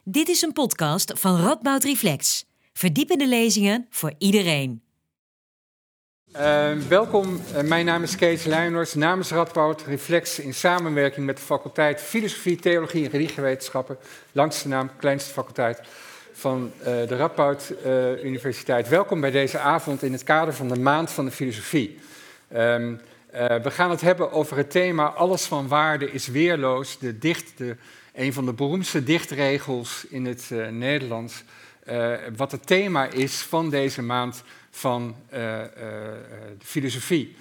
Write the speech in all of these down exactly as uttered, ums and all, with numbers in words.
Dit is een podcast van Radboud Reflex. Verdiepende lezingen voor iedereen. Uh, welkom, uh, mijn naam is Kees Luijenders, namens Radboud Reflex in samenwerking met de faculteit Filosofie, Theologie en Religiewetenschappen, langste naam, kleinste faculteit van uh, de Radboud uh, Universiteit. Welkom bij deze avond in het kader van de Maand van de Filosofie. Um, uh, we gaan het hebben over het thema Alles van waarde is weerloos, de dicht, de, een van de beroemdste dichtregels in het uh, Nederlands. Uh, wat het thema is van deze maand van uh, uh, de filosofie.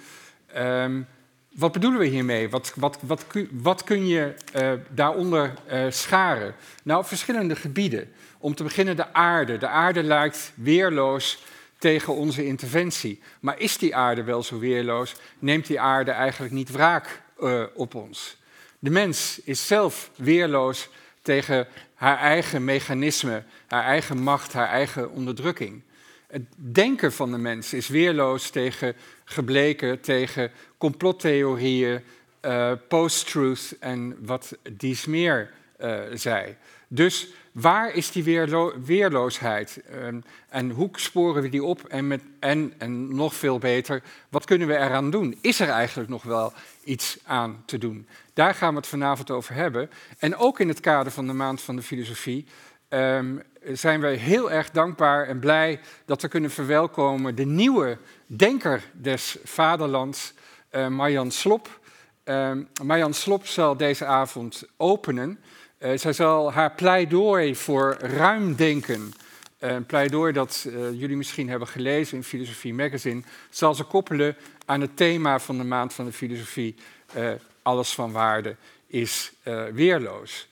Um, wat bedoelen we hiermee? Wat, wat, wat, wat kun je uh, daaronder uh, scharen? Nou, op verschillende gebieden. Om te beginnen de aarde. De aarde lijkt weerloos tegen onze interventie. Maar is die aarde wel zo weerloos? Neemt die aarde eigenlijk niet wraak uh, op ons? De mens is zelf weerloos tegen haar eigen mechanisme, haar eigen macht, haar eigen onderdrukking. Het denken van de mens is weerloos tegen gebleken, tegen complottheorieën, uh, post-truth en wat dies meer uh, zei. Dus waar is die weerlo- weerloosheid? Um, en hoe sporen we die op? En, met, en, en nog veel beter, wat kunnen we eraan doen? Is er eigenlijk nog wel iets aan te doen? Daar gaan we het vanavond over hebben. En ook in het kader van de Maand van de Filosofie um, zijn wij heel erg dankbaar en blij dat we kunnen verwelkomen de nieuwe denker des vaderlands, uh, Marjan Slop. Uh, Marjan Slop zal deze avond openen. Uh, zij zal haar pleidooi voor ruim denken, uh, een pleidooi dat uh, jullie misschien hebben gelezen in Filosofie Magazine, zal ze koppelen aan het thema van de Maand van de Filosofie. Uh, alles van waarde is uh, weerloos.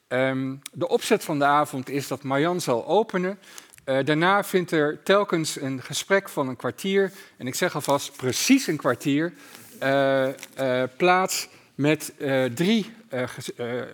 Um, de opzet van de avond is dat Marjan zal openen. Uh, daarna vindt er telkens een gesprek van een kwartier, en ik zeg alvast precies een kwartier, uh, uh, plaats met uh, drie uh, ges, uh, uh, uh,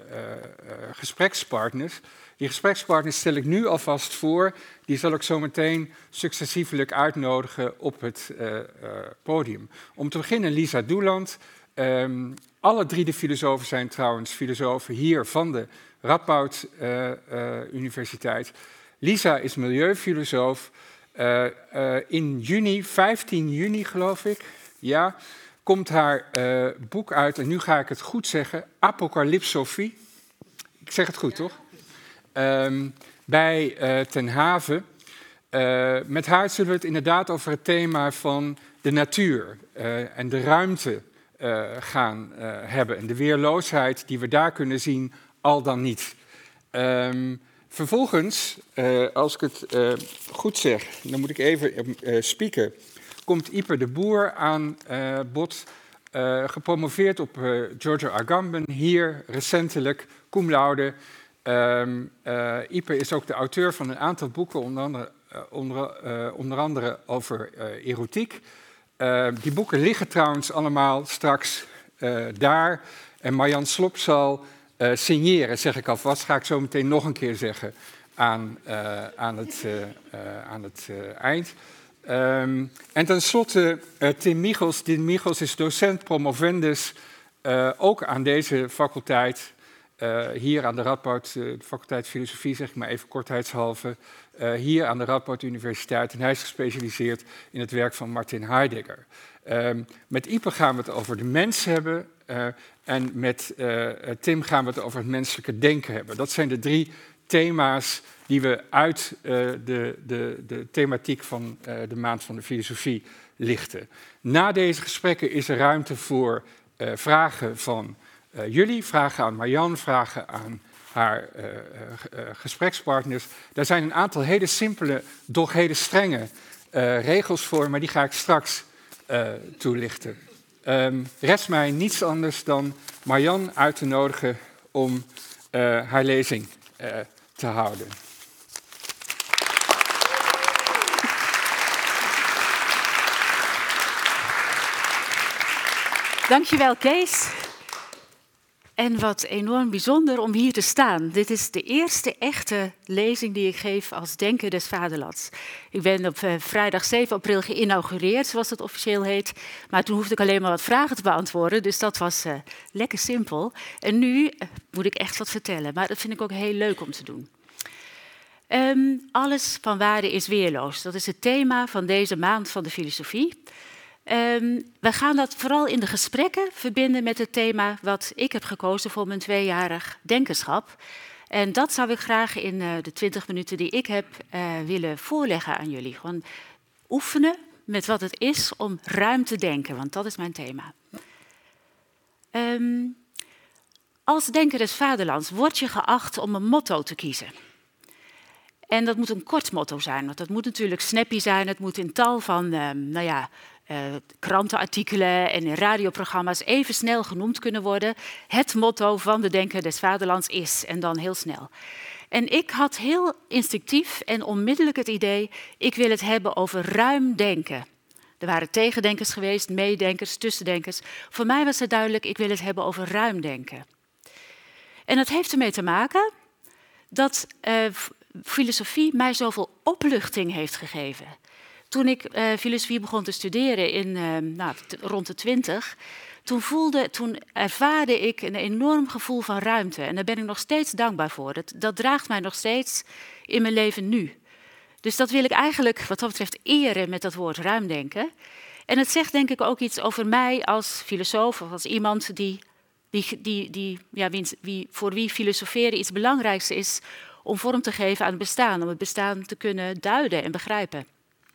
gesprekspartners. Die gesprekspartners stel ik nu alvast voor. Die zal ik zo meteen successievelijk uitnodigen op het uh, uh, podium. Om te beginnen Lisa Doeland. Um, alle drie de filosofen zijn trouwens filosofen hier van de Radboud uh, uh, Universiteit. Lisa is milieufilosoof. Uh, uh, in juni, vijftien juni geloof ik, ja, komt haar uh, boek uit, en nu ga ik het goed zeggen, Apocalypsofie. Ik zeg het goed, toch? Um, bij uh, Ten Haven. Uh, met haar zullen we het inderdaad over het thema van de natuur uh, en de ruimte uh, gaan uh, hebben. En de weerloosheid die we daar kunnen zien, al dan niet. Um, vervolgens, uh, als ik het uh, goed zeg, dan moet ik even uh, spieken, komt Ipe de Boer aan uh, bod, uh, gepromoveerd op uh, Giorgio Agamben, hier recentelijk, cum laude. Um, uh, Ipe is ook de auteur van een aantal boeken, onder andere, uh, onder, uh, onder andere over uh, erotiek. Uh, die boeken liggen trouwens allemaal straks uh, daar. En Marjan Slop zal uh, signeren, zeg ik alvast, ga ik zo meteen nog een keer zeggen aan, uh, aan het, uh, uh, aan het uh, eind. Um, en tenslotte uh, Tim Michels. Tim Michels is docent promovendus, uh, ook aan deze faculteit. Uh, hier aan de Radboud, uh, de faculteit Filosofie, zeg ik maar even kortheidshalve, uh, hier aan de Radboud Universiteit. En hij is gespecialiseerd in het werk van Martin Heidegger. Uh, met Ipe gaan we het over de mens hebben uh, en met uh, Tim gaan we het over het menselijke denken hebben. Dat zijn de drie thema's die we uit uh, de, de, de thematiek van uh, de Maand van de Filosofie lichten. Na deze gesprekken is er ruimte voor uh, vragen van Uh, jullie, vragen aan Marjan, vragen aan haar uh, uh, uh, gesprekspartners. Daar zijn een aantal hele simpele, doch hele strenge uh, regels voor, maar die ga ik straks uh, toelichten. Um, rest mij niets anders dan Marjan uit te nodigen om uh, haar lezing uh, te houden. Dankjewel, Kees. En wat enorm bijzonder om hier te staan. Dit is de eerste echte lezing die ik geef als Denker des Vaderlands. Ik ben op uh, vrijdag zeven april geïnaugureerd, zoals het officieel heet. Maar toen hoefde ik alleen maar wat vragen te beantwoorden, dus dat was uh, lekker simpel. En nu uh, moet ik echt wat vertellen, maar dat vind ik ook heel leuk om te doen. Um, alles van waarde is weerloos. Dat is het thema van deze maand van de filosofie. Um, we gaan dat vooral in de gesprekken verbinden met het thema wat ik heb gekozen voor mijn tweejarig denkerschap. En dat zou ik graag in uh, de twintig minuten die ik heb uh, willen voorleggen aan jullie. Gewoon oefenen met wat het is om ruim te denken, want dat is mijn thema. Um, als denker des vaderlands word je geacht om een motto te kiezen. En dat moet een kort motto zijn, want dat moet natuurlijk snappy zijn. Het moet in tal van uh, nou ja, uh, krantenartikelen en in radioprogramma's even snel genoemd kunnen worden. Het motto van de denker des vaderlands is, en dan heel snel. En ik had heel instinctief en onmiddellijk het idee, ik wil het hebben over ruim denken. Er waren tegendenkers geweest, meedenkers, tussendenkers. Voor mij was het duidelijk, ik wil het hebben over ruim denken. En dat heeft ermee te maken dat uh, filosofie mij zoveel opluchting heeft gegeven. Toen ik uh, filosofie begon te studeren in uh, nou, t- rond de twintig, toen, voelde, toen ervaarde ik een enorm gevoel van ruimte. En daar ben ik nog steeds dankbaar voor. Dat, dat draagt mij nog steeds in mijn leven nu. Dus dat wil ik eigenlijk wat dat betreft eren met dat woord ruimdenken. En het zegt denk ik ook iets over mij als filosoof of als iemand die, die, die, die, ja, wie, wie, voor wie filosoferen iets belangrijks is om vorm te geven aan het bestaan, om het bestaan te kunnen duiden en begrijpen.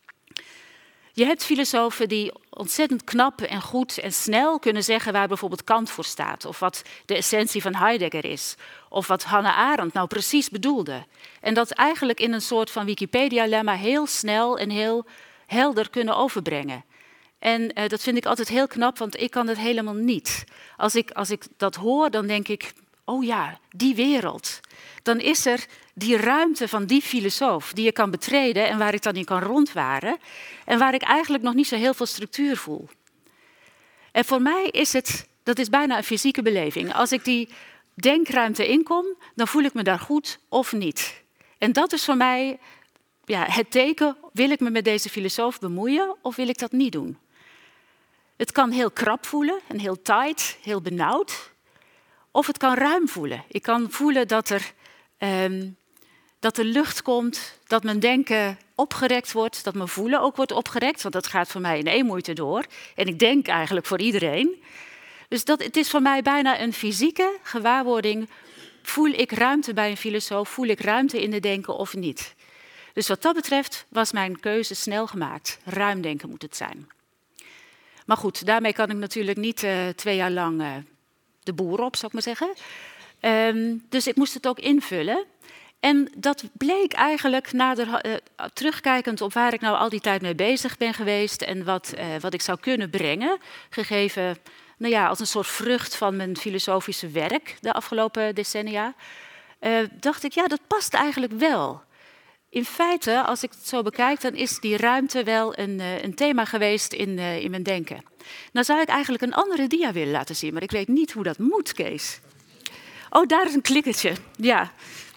Je hebt filosofen die ontzettend knap en goed en snel kunnen zeggen waar bijvoorbeeld Kant voor staat, of wat de essentie van Heidegger is, of wat Hannah Arendt nou precies bedoelde. En dat eigenlijk in een soort van Wikipedia-lemma heel snel en heel helder kunnen overbrengen. En uh, dat vind ik altijd heel knap, want ik kan het helemaal niet. Als ik, als ik dat hoor, dan denk ik, oh ja, die wereld. Dan is er die ruimte van die filosoof die je kan betreden en waar ik dan in kan rondwaren. En waar ik eigenlijk nog niet zo heel veel structuur voel. En voor mij is het, dat is bijna een fysieke beleving. Als ik die denkruimte inkom, dan voel ik me daar goed of niet. En dat is voor mij ja, het teken, wil ik me met deze filosoof bemoeien of wil ik dat niet doen? Het kan heel krap voelen en heel tight, heel benauwd. Of het kan ruim voelen. Ik kan voelen dat er, um, dat er lucht komt, dat mijn denken opgerekt wordt, dat mijn voelen ook wordt opgerekt, want dat gaat voor mij in één moeite door. En ik denk eigenlijk voor iedereen. Dus dat, het is voor mij bijna een fysieke gewaarwording. Voel ik ruimte bij een filosoof? Voel ik ruimte in het denken of niet? Dus wat dat betreft was mijn keuze snel gemaakt. Ruim denken moet het zijn. Maar goed, daarmee kan ik natuurlijk niet uh, twee jaar lang uh, de boer op, zou ik maar zeggen. Um, dus ik moest het ook invullen. En dat bleek eigenlijk, nader, uh, terugkijkend op waar ik nou al die tijd mee bezig ben geweest en wat, uh, wat ik zou kunnen brengen, gegeven nou ja, als een soort vrucht van mijn filosofische werk de afgelopen decennia, uh, dacht ik, ja, dat past eigenlijk wel. In feite, als ik het zo bekijk, dan is die ruimte wel een, uh, een thema geweest in, uh, in mijn denken. Nou zou ik eigenlijk een andere dia willen laten zien, maar ik weet niet hoe dat moet, Kees. Oh, daar is een klikkertje, ja.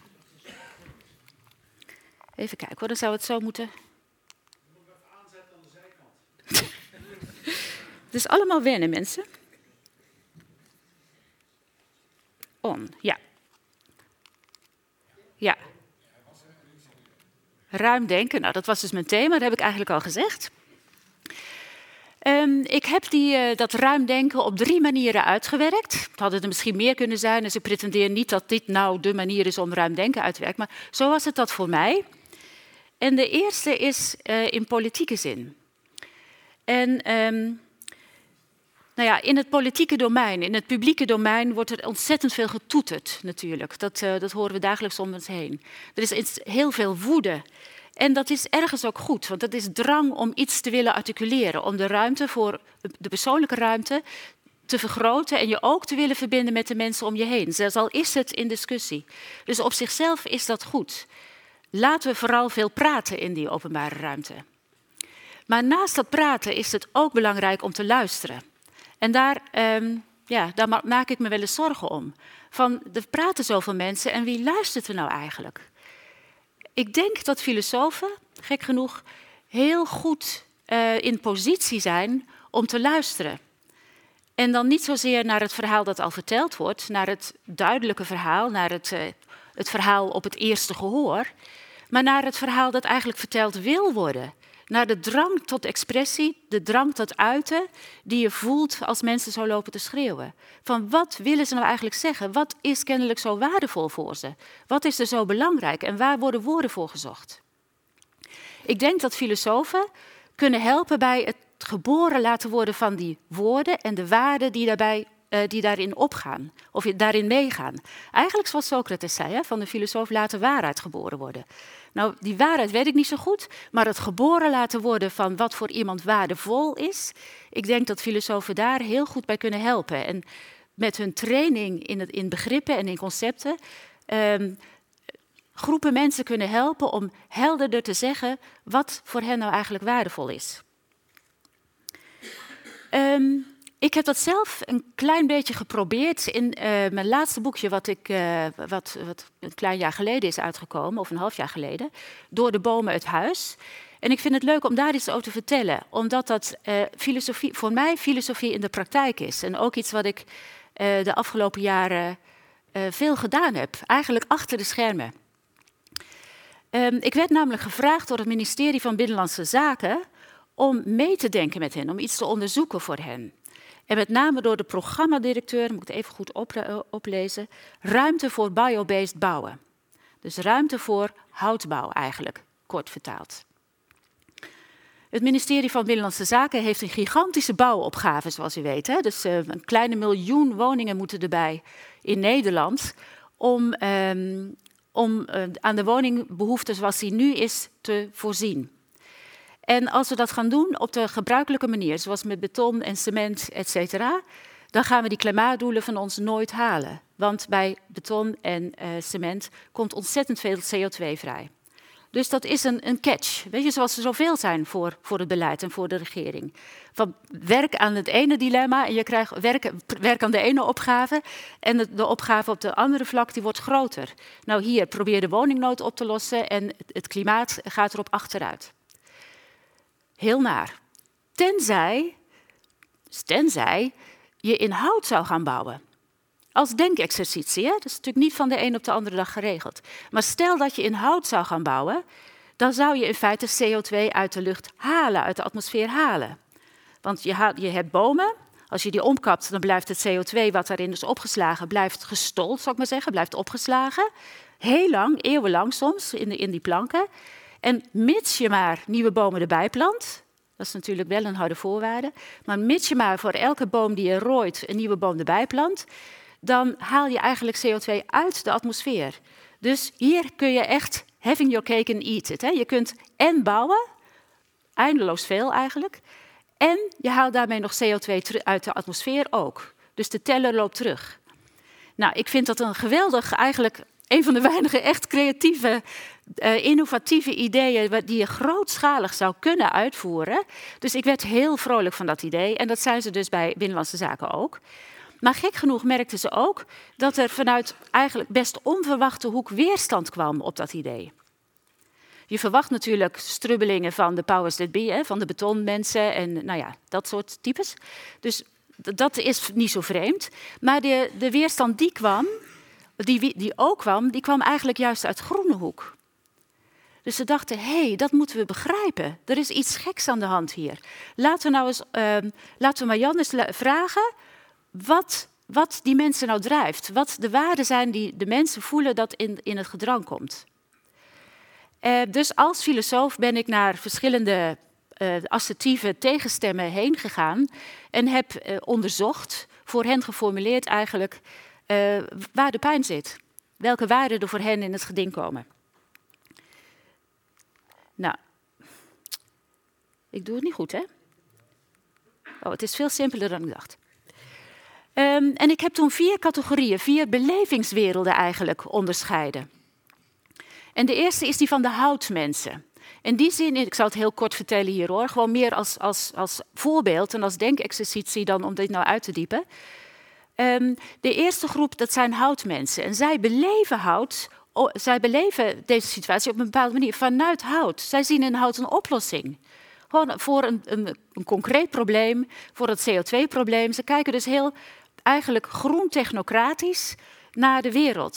Even kijken hoor, dan zou het zo moeten. Je moet hem even aanzetten aan de zijkant. Het is allemaal wennen, mensen. On, ja. Ja. Ruim denken, nou dat was dus mijn thema, dat heb ik eigenlijk al gezegd. Um, ik heb die, uh, dat ruim denken op drie manieren uitgewerkt. Het hadden er misschien meer kunnen zijn, dus ik pretendeer niet dat dit nou de manier is om ruim denken uit te werken. Maar zo was het dat voor mij. En de eerste is uh, in politieke zin. En um, nou ja, in het politieke domein, in het publieke domein wordt er ontzettend veel getoeterd natuurlijk. Dat, uh, dat horen we dagelijks om ons heen. Er is heel veel woede. En dat is ergens ook goed, want dat is drang om iets te willen articuleren. Om de ruimte voor de persoonlijke ruimte te vergroten en je ook te willen verbinden met de mensen om je heen. Zelfs al is het in discussie. Dus op zichzelf is dat goed. Laten we vooral veel praten in die openbare ruimte. Maar naast dat praten is het ook belangrijk om te luisteren. En daar, um, ja, daar maak ik me wel eens zorgen om. Van, er praten zoveel mensen en wie luistert er nou eigenlijk? Ik denk dat filosofen, gek genoeg, heel goed uh, in positie zijn om te luisteren. En dan niet zozeer naar het verhaal dat al verteld wordt, naar het duidelijke verhaal, naar het, uh, het verhaal op het eerste gehoor. maar naar het verhaal dat eigenlijk verteld wil worden. Naar de drang tot expressie, de drang tot uiten, die je voelt als mensen zo lopen te schreeuwen. Van wat willen ze nou eigenlijk zeggen? Wat is kennelijk zo waardevol voor ze? Wat is er zo belangrijk en waar worden woorden voor gezocht? Ik denk dat filosofen kunnen helpen bij het geboren laten worden van die woorden en de waarden die, daarbij, uh, die daarin opgaan, of daarin meegaan. Eigenlijk zoals Socrates zei, hè, van de filosoof laten waarheid geboren worden. Nou, die waarheid weet ik niet zo goed, maar het geboren laten worden van wat voor iemand waardevol is, ik denk dat filosofen daar heel goed bij kunnen helpen. En met hun training in, het, in begrippen en in concepten um, groepen mensen kunnen helpen om helderder te zeggen wat voor hen nou eigenlijk waardevol is. Um, ik heb dat zelf een klein beetje geprobeerd in uh, mijn laatste boekje, wat, ik, uh, wat, wat een klein jaar geleden is uitgekomen, of een half jaar geleden, Door de bomen het huis. En ik vind het leuk om daar iets over te vertellen, omdat dat uh, filosofie, voor mij filosofie in de praktijk is. En ook iets wat ik uh, de afgelopen jaren uh, veel gedaan heb, eigenlijk achter de schermen. Um, ik werd namelijk gevraagd door het ministerie van Binnenlandse Zaken om mee te denken met hen, om iets te onderzoeken voor hen. En met name door de programmadirecteur, moet ik het even goed op, oplezen, ruimte voor biobased bouwen. Dus ruimte voor houtbouw eigenlijk, kort vertaald. Het ministerie van Binnenlandse Zaken heeft een gigantische bouwopgave, zoals u weet. Hè? Dus uh, een kleine miljoen woningen moeten erbij in Nederland om, um, om uh, aan de woningbehoefte zoals die nu is te voorzien. En als we dat gaan doen op de gebruikelijke manier, zoals met beton en cement, et cetera, dan gaan we die klimaatdoelen van ons nooit halen. Want bij beton en uh, cement komt ontzettend veel C O twee vrij. Dus dat is een, een catch, weet je, zoals er zoveel zijn voor, voor het beleid en voor de regering. Van werk aan het ene dilemma en je krijgt werk, werk aan de ene opgave en de, de opgave op de andere vlak die wordt groter. Nou hier, probeer de woningnood op te lossen en het, het klimaat gaat erop achteruit. Heel naar. Tenzij, tenzij je in hout zou gaan bouwen. Als denkexercitie, hè? Dat is natuurlijk niet van de een op de andere dag geregeld. Maar stel dat je in hout zou gaan bouwen, dan zou je in feite C O twee uit de lucht halen, uit de atmosfeer halen. Want je, ha- je hebt bomen, als je die omkapt, dan blijft het C O twee wat daarin is opgeslagen, blijft gestold, zou ik maar zeggen, blijft opgeslagen. Heel lang, eeuwenlang soms, in, de, in die planken. En mits je maar nieuwe bomen erbij plant, dat is natuurlijk wel een harde voorwaarde, maar mits je maar voor elke boom die je rooit een nieuwe boom erbij plant, dan haal je eigenlijk C O twee uit de atmosfeer. Dus hier kun je echt having your cake and eat it. Hè? Je kunt en bouwen, eindeloos veel eigenlijk, en je haalt daarmee nog C O twee uit de atmosfeer ook. Dus de teller loopt terug. Nou, ik vind dat een geweldig, eigenlijk een van de weinige echt creatieve, uh, innovatieve ideeën die je grootschalig zou kunnen uitvoeren. Dus ik werd heel vrolijk van dat idee en dat zijn ze dus bij Binnenlandse Zaken ook. Maar gek genoeg merkten ze ook dat er vanuit eigenlijk best onverwachte hoek weerstand kwam op dat idee. Je verwacht natuurlijk strubbelingen van de powers that be, hè, van de betonmensen en nou ja, dat soort types. Dus dat is niet zo vreemd. Maar de, de weerstand die kwam, die, die ook kwam, die kwam eigenlijk juist uit groene hoek. Dus ze dachten, hé, hey, dat moeten we begrijpen. Er is iets geks aan de hand hier. Laten we nou eens, uh, laten we Marjan eens vragen wat, wat die mensen nou drijft. Wat de waarden zijn die de mensen voelen dat in, in het gedrang komt. Uh, dus als filosoof ben ik naar verschillende uh, assertieve tegenstemmen heen gegaan en heb uh, onderzocht, voor hen geformuleerd eigenlijk, uh, waar de pijn zit. Welke waarden er voor hen in het geding komen. Nou, ik doe het niet goed, hè? Oh, het is veel simpeler dan ik dacht. Um, en ik heb toen vier categorieën, vier belevingswerelden eigenlijk onderscheiden. En de eerste is die van de houtmensen. In die zin, ik zal het heel kort vertellen hier hoor, gewoon meer als, als, als voorbeeld en als denkexercitie dan om dit nou uit te diepen. Um, de eerste groep, dat zijn houtmensen. En zij beleven hout, oh, zij beleven deze situatie op een bepaalde manier vanuit hout. Zij zien in hout een oplossing. Gewoon voor een, een, een concreet probleem, voor het C O twee probleem. Ze kijken dus heel eigenlijk groen technocratisch naar de wereld.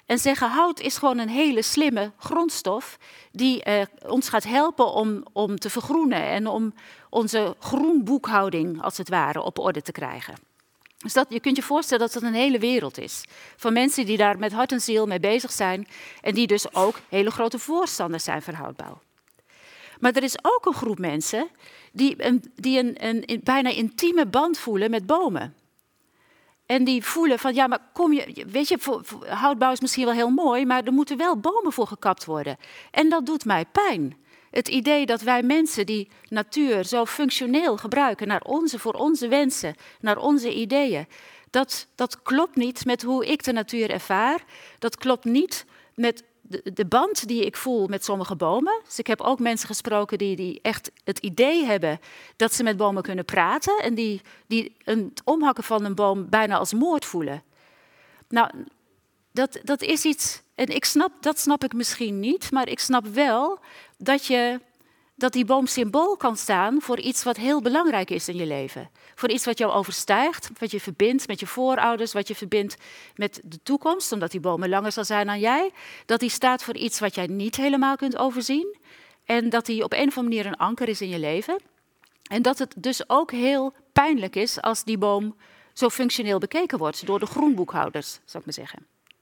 En zeggen, hout is gewoon een hele slimme grondstof die uh, ons gaat helpen om, om te vergroenen en om onze groenboekhouding, als het ware, op orde te krijgen. Dus dat, je kunt je voorstellen dat het een hele wereld is. Van mensen die daar met hart en ziel mee bezig zijn en die dus ook hele grote voorstanders zijn van houtbouw. Maar er is ook een groep mensen die een, die een, een, een bijna intieme band voelen met bomen. En die voelen van, ja, maar kom je, weet je, voor, voor, houtbouw is misschien wel heel mooi, maar er moeten wel bomen voor gekapt worden. En dat doet mij pijn. Het idee dat wij mensen die natuur zo functioneel gebruiken naar onze, voor onze wensen, naar onze ideeën, dat, dat klopt niet met hoe ik de natuur ervaar. Dat klopt niet met de, de band die ik voel met sommige bomen. Dus ik heb ook mensen gesproken die, die echt het idee hebben dat ze met bomen kunnen praten en die, die een, het omhakken van een boom bijna als moord voelen. Nou, dat, dat is iets, en ik snap, dat snap ik misschien niet, maar ik snap wel dat, je, dat die boom symbool kan staan voor iets wat heel belangrijk is in je leven. Voor iets wat jou overstijgt, wat je verbindt met je voorouders, wat je verbindt met de toekomst, omdat die boom langer zal zijn dan jij. Dat die staat voor iets wat jij niet helemaal kunt overzien. En dat die op een of andere manier een anker is in je leven. En dat het dus ook heel pijnlijk is als die boom zo functioneel bekeken wordt door de groenboekhouders, zou ik maar zeggen.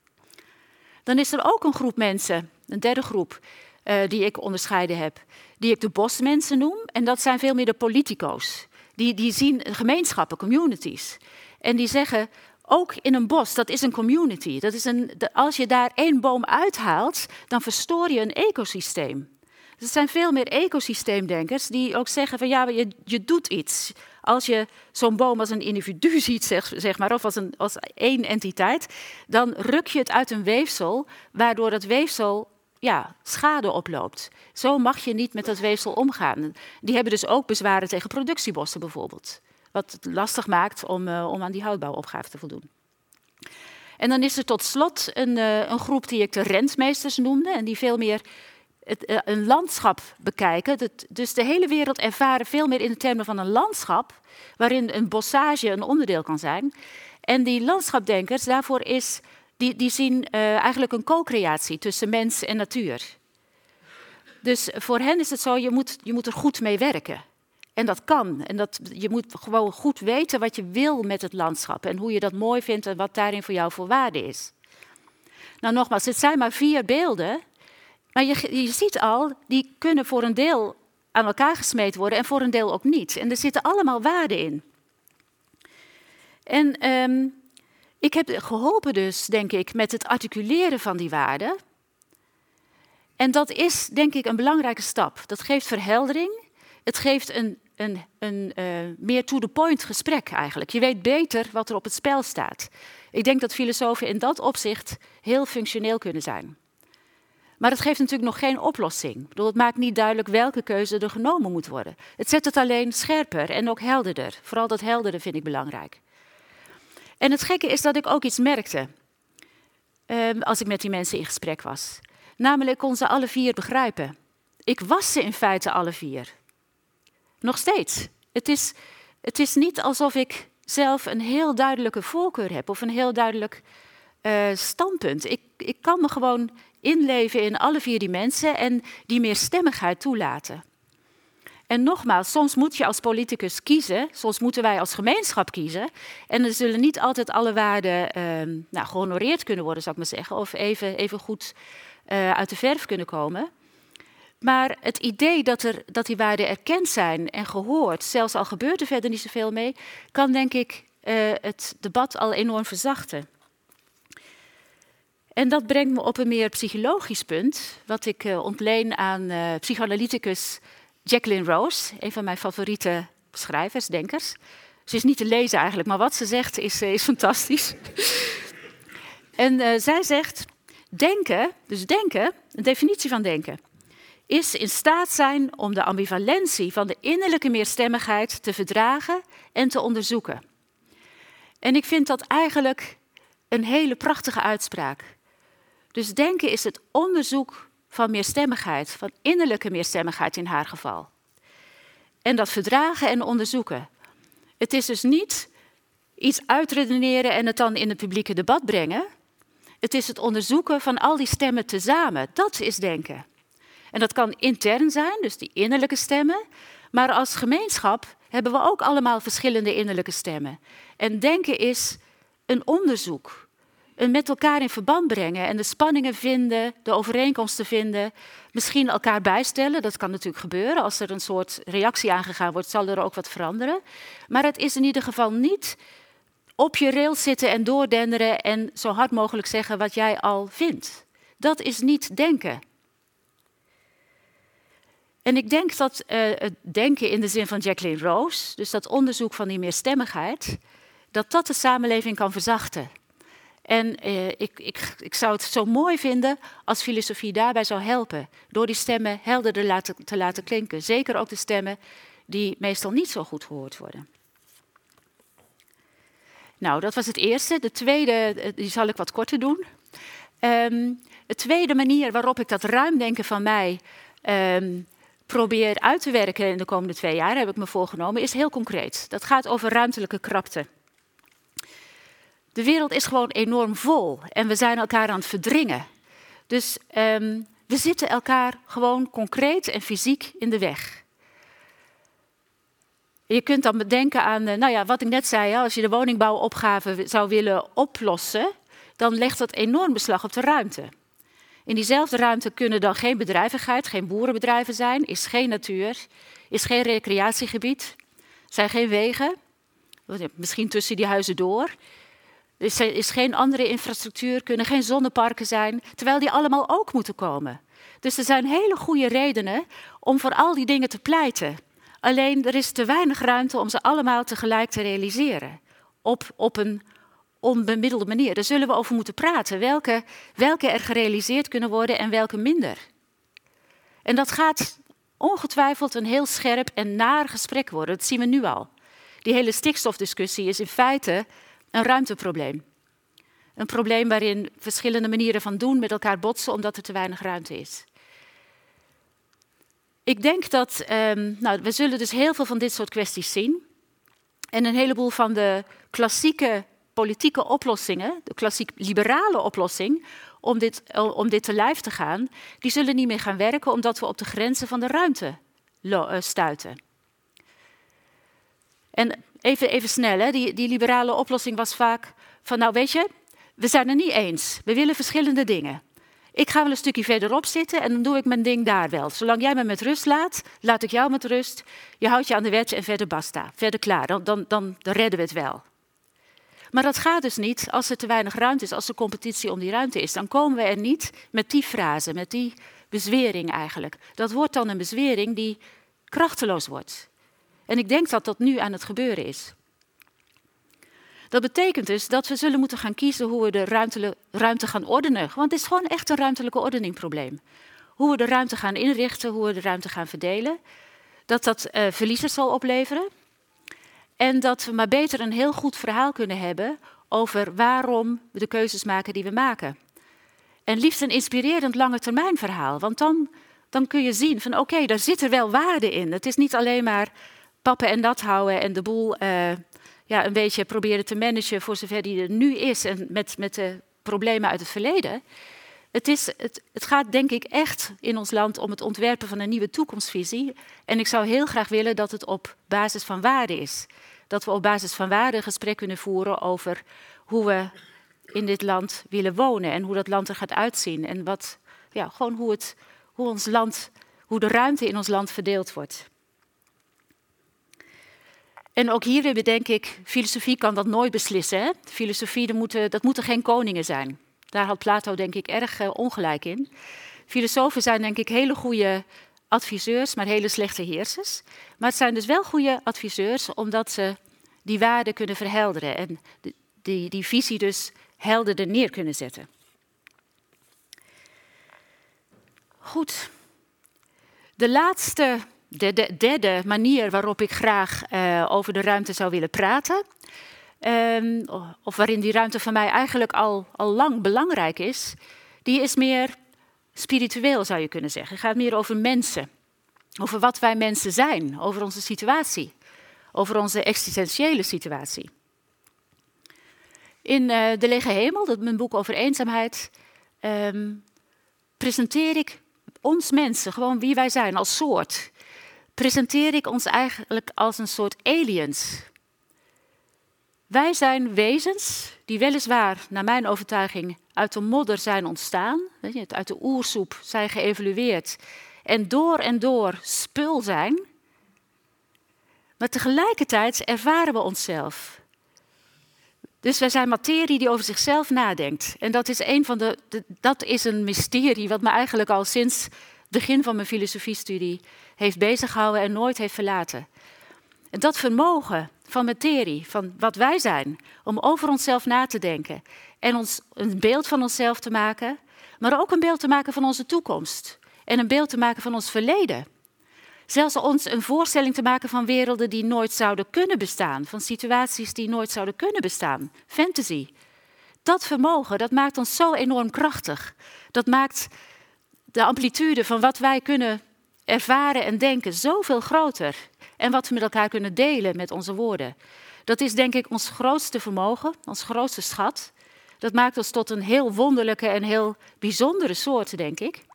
Dan is er ook een groep mensen, een derde groep, uh, die ik onderscheiden heb, die ik de bosmensen noem. En dat zijn veel meer de politico's. Die, die zien gemeenschappen, communities. En die zeggen, ook in een bos, dat is een community. Dat is een, de, als je daar één boom uithaalt, dan verstoor je een ecosysteem. Dus er zijn veel meer ecosysteemdenkers die ook zeggen van ja, je, je doet iets. Als je zo'n boom als een individu ziet, zeg, zeg maar, of als, een, als één entiteit, dan ruk je het uit een weefsel, waardoor dat weefsel ja, schade oploopt. Zo mag je niet met dat weefsel omgaan. Die hebben dus ook bezwaren tegen productiebossen bijvoorbeeld. Wat het lastig maakt om, uh, om aan die houtbouwopgave te voldoen. En dan is er tot slot een, uh, een groep die ik de rentmeesters noemde en die veel meer het, uh, een landschap bekijken. Dat, dus de hele wereld ervaren veel meer in de termen van een landschap, waarin een bossage een onderdeel kan zijn. En die landschapdenkers, daarvoor is, die, die zien uh, eigenlijk een co-creatie tussen mens en natuur. Dus voor hen is het zo, je moet, je moet er goed mee werken. En dat kan. En dat, je moet gewoon goed weten wat je wil met het landschap en hoe je dat mooi vindt en wat daarin voor jou voor waarde is. Nou nogmaals, het zijn maar vier beelden, maar je, je ziet al, die kunnen voor een deel aan elkaar gesmeed worden en voor een deel ook niet. En er zitten allemaal waarden in. En um, ik heb geholpen dus, denk ik, met het articuleren van die waarden. En dat is, denk ik, een belangrijke stap. Dat geeft verheldering. Het geeft een, een, een uh, meer to-the-point gesprek eigenlijk. Je weet beter wat er op het spel staat. Ik denk dat filosofen in dat opzicht heel functioneel kunnen zijn. Maar het geeft natuurlijk nog geen oplossing. Ik bedoel, het maakt niet duidelijk welke keuze er genomen moet worden. Het zet het alleen scherper en ook helderder. Vooral dat heldere vind ik belangrijk. En het gekke is dat ik ook iets merkte uh, als ik met die mensen in gesprek was. Namelijk, ik kon ze alle vier begrijpen. Ik was ze in feite alle vier. Nog steeds. Het is, het is niet alsof ik zelf een heel duidelijke voorkeur heb of een heel duidelijk uh, standpunt. Ik, ik kan me gewoon inleven in alle vier die mensen en die meerstemmigheid toelaten. En nogmaals, soms moet je als politicus kiezen, soms moeten wij als gemeenschap kiezen. En er zullen niet altijd alle waarden uh, nou, gehonoreerd kunnen worden, zou ik maar zeggen, of even, even goed uh, uit de verf kunnen komen. Maar het idee dat, er, dat die waarden erkend zijn en gehoord, zelfs al gebeurt er verder niet zoveel mee, kan denk ik uh, het debat al enorm verzachten. En dat brengt me op een meer psychologisch punt, wat ik uh, ontleen aan uh, psychoanalyticus Jacqueline Rose, een van mijn favoriete schrijvers, denkers. Ze is niet te lezen eigenlijk, maar wat ze zegt is, uh, is fantastisch. En uh, zij zegt, denken, dus denken, een definitie van denken, is in staat zijn om de ambivalentie van de innerlijke meerstemmigheid te verdragen en te onderzoeken. En ik vind dat eigenlijk een hele prachtige uitspraak. Dus denken is het onderzoek van meerstemmigheid, van innerlijke meerstemmigheid in haar geval. En dat verdragen en onderzoeken. Het is dus niet iets uitredeneren en het dan in het publieke debat brengen. Het is het onderzoeken van al die stemmen tezamen. Dat is denken. En dat kan intern zijn, dus die innerlijke stemmen. Maar als gemeenschap hebben we ook allemaal verschillende innerlijke stemmen. En denken is een onderzoek. Een met elkaar in verband brengen en de spanningen vinden, de overeenkomsten vinden. Misschien elkaar bijstellen, dat kan natuurlijk gebeuren. Als er een soort reactie aangegaan wordt, zal er ook wat veranderen. Maar het is in ieder geval niet op je rails zitten en doordenderen en zo hard mogelijk zeggen wat jij al vindt. Dat is niet denken. En ik denk dat uh, het denken in de zin van Jacqueline Rose, dus dat onderzoek van die meerstemmigheid, dat dat de samenleving kan verzachten. En uh, ik, ik, ik zou het zo mooi vinden als filosofie daarbij zou helpen, door die stemmen helderder laten, te laten klinken. Zeker ook de stemmen die meestal niet zo goed gehoord worden. Nou, dat was het eerste. De tweede, die zal ik wat korter doen. Um, de tweede manier waarop ik dat ruimdenken van mij um, probeer uit te werken in de komende twee jaar, heb ik me voorgenomen, is heel concreet. Dat gaat over ruimtelijke krapte. De wereld is gewoon enorm vol en we zijn elkaar aan het verdringen. Dus um, we zitten elkaar gewoon concreet en fysiek in de weg. Je kunt dan bedenken aan, nou ja, wat ik net zei, als je de woningbouwopgave zou willen oplossen, dan legt dat enorm beslag op de ruimte. In diezelfde ruimte kunnen dan geen bedrijvigheid, geen boerenbedrijven zijn, is geen natuur, is geen recreatiegebied, zijn geen wegen, misschien tussen die huizen door. Er is geen andere infrastructuur, kunnen geen zonneparken zijn, terwijl die allemaal ook moeten komen. Dus er zijn hele goede redenen om voor al die dingen te pleiten. Alleen er is te weinig ruimte om ze allemaal tegelijk te realiseren. Op, op een onbemiddelde manier. Daar zullen we over moeten praten. Welke, welke er gerealiseerd kunnen worden en welke minder. En dat gaat ongetwijfeld een heel scherp en naar gesprek worden. Dat zien we nu al. Die hele stikstofdiscussie is in feite een ruimteprobleem. Een probleem waarin verschillende manieren van doen met elkaar botsen omdat er te weinig ruimte is. Ik denk dat, um, nou, we zullen dus heel veel van dit soort kwesties zien. En een heleboel van de klassieke politieke oplossingen, de klassiek liberale oplossing, om dit, om dit te lijf te gaan, die zullen niet meer gaan werken omdat we op de grenzen van de ruimte stuiten. En even, even snel, hè, die, die liberale oplossing was vaak van, nou weet je, we zijn het niet eens. We willen verschillende dingen. Ik ga wel een stukje verderop zitten en dan doe ik mijn ding daar wel. Zolang jij me met rust laat, laat ik jou met rust. Je houdt je aan de wet en verder basta. Verder klaar, dan, dan, dan, dan redden we het wel. Maar dat gaat dus niet als er te weinig ruimte is, als er competitie om die ruimte is. Dan komen we er niet met die frase, met die bezwering eigenlijk. Dat wordt dan een bezwering die krachteloos wordt. En ik denk dat dat nu aan het gebeuren is. Dat betekent dus dat we zullen moeten gaan kiezen hoe we de ruimte, ruimte gaan ordenen. Want het is gewoon echt een ruimtelijke ordeningprobleem. Hoe we de ruimte gaan inrichten, hoe we de ruimte gaan verdelen. Dat dat uh, verliezers zal opleveren. En dat we maar beter een heel goed verhaal kunnen hebben over waarom we de keuzes maken die we maken. En liefst een inspirerend langetermijnverhaal. Want dan, dan kun je zien van oké, okay, daar zit er wel waarde in. Het is niet alleen maar pappen en nat houden en de boel uh, ja, een beetje proberen te managen voor zover die er nu is en met, met de problemen uit het verleden. Het, is, het, het gaat denk ik echt in ons land om het ontwerpen van een nieuwe toekomstvisie. En ik zou heel graag willen dat het op basis van waarde is. Dat we op basis van waarde een gesprek kunnen voeren over hoe we in dit land willen wonen en hoe dat land er gaat uitzien. En wat, ja, gewoon hoe, het, hoe, ons land, hoe de ruimte in ons land verdeeld wordt. En ook hier denk ik, filosofie kan dat nooit beslissen. Hè? Filosofie, dat moeten, dat moeten geen koningen zijn. Daar had Plato denk ik erg uh, ongelijk in. Filosofen zijn denk ik hele goede adviseurs, maar hele slechte heersers. Maar het zijn dus wel goede adviseurs, omdat ze die waarden kunnen verhelderen. En die, die, die visie dus helderder neer kunnen zetten. Goed. De laatste, de, de derde manier waarop ik graag uh, over de ruimte zou willen praten, Um, of waarin die ruimte voor mij eigenlijk al, al lang belangrijk is, die is meer spiritueel zou je kunnen zeggen. Het gaat meer over mensen, over wat wij mensen zijn, over onze situatie, over onze existentiële situatie. In uh, De Lege Hemel, dat mijn boek over eenzaamheid, um, presenteer ik ons mensen, gewoon wie wij zijn als soort, presenteer ik ons eigenlijk als een soort aliens. Wij zijn wezens die weliswaar, naar mijn overtuiging, uit de modder zijn ontstaan, uit de oersoep zijn geëvolueerd en door en door spul zijn. Maar tegelijkertijd ervaren we onszelf. Dus wij zijn materie die over zichzelf nadenkt. En dat is, een van de, de, dat is een mysterie wat me eigenlijk al sinds het begin van mijn filosofiestudie heeft beziggehouden en nooit heeft verlaten. En dat vermogen van materie, van wat wij zijn, om over onszelf na te denken en ons een beeld van onszelf te maken, maar ook een beeld te maken van onze toekomst en een beeld te maken van ons verleden. Zelfs ons een voorstelling te maken van werelden die nooit zouden kunnen bestaan, van situaties die nooit zouden kunnen bestaan. Fantasy. Dat vermogen, dat maakt ons zo enorm krachtig. Dat maakt de amplitude van wat wij kunnen ervaren en denken zoveel groter. En wat we met elkaar kunnen delen met onze woorden. Dat is denk ik ons grootste vermogen, ons grootste schat. Dat maakt ons tot een heel wonderlijke en heel bijzondere soort, denk ik.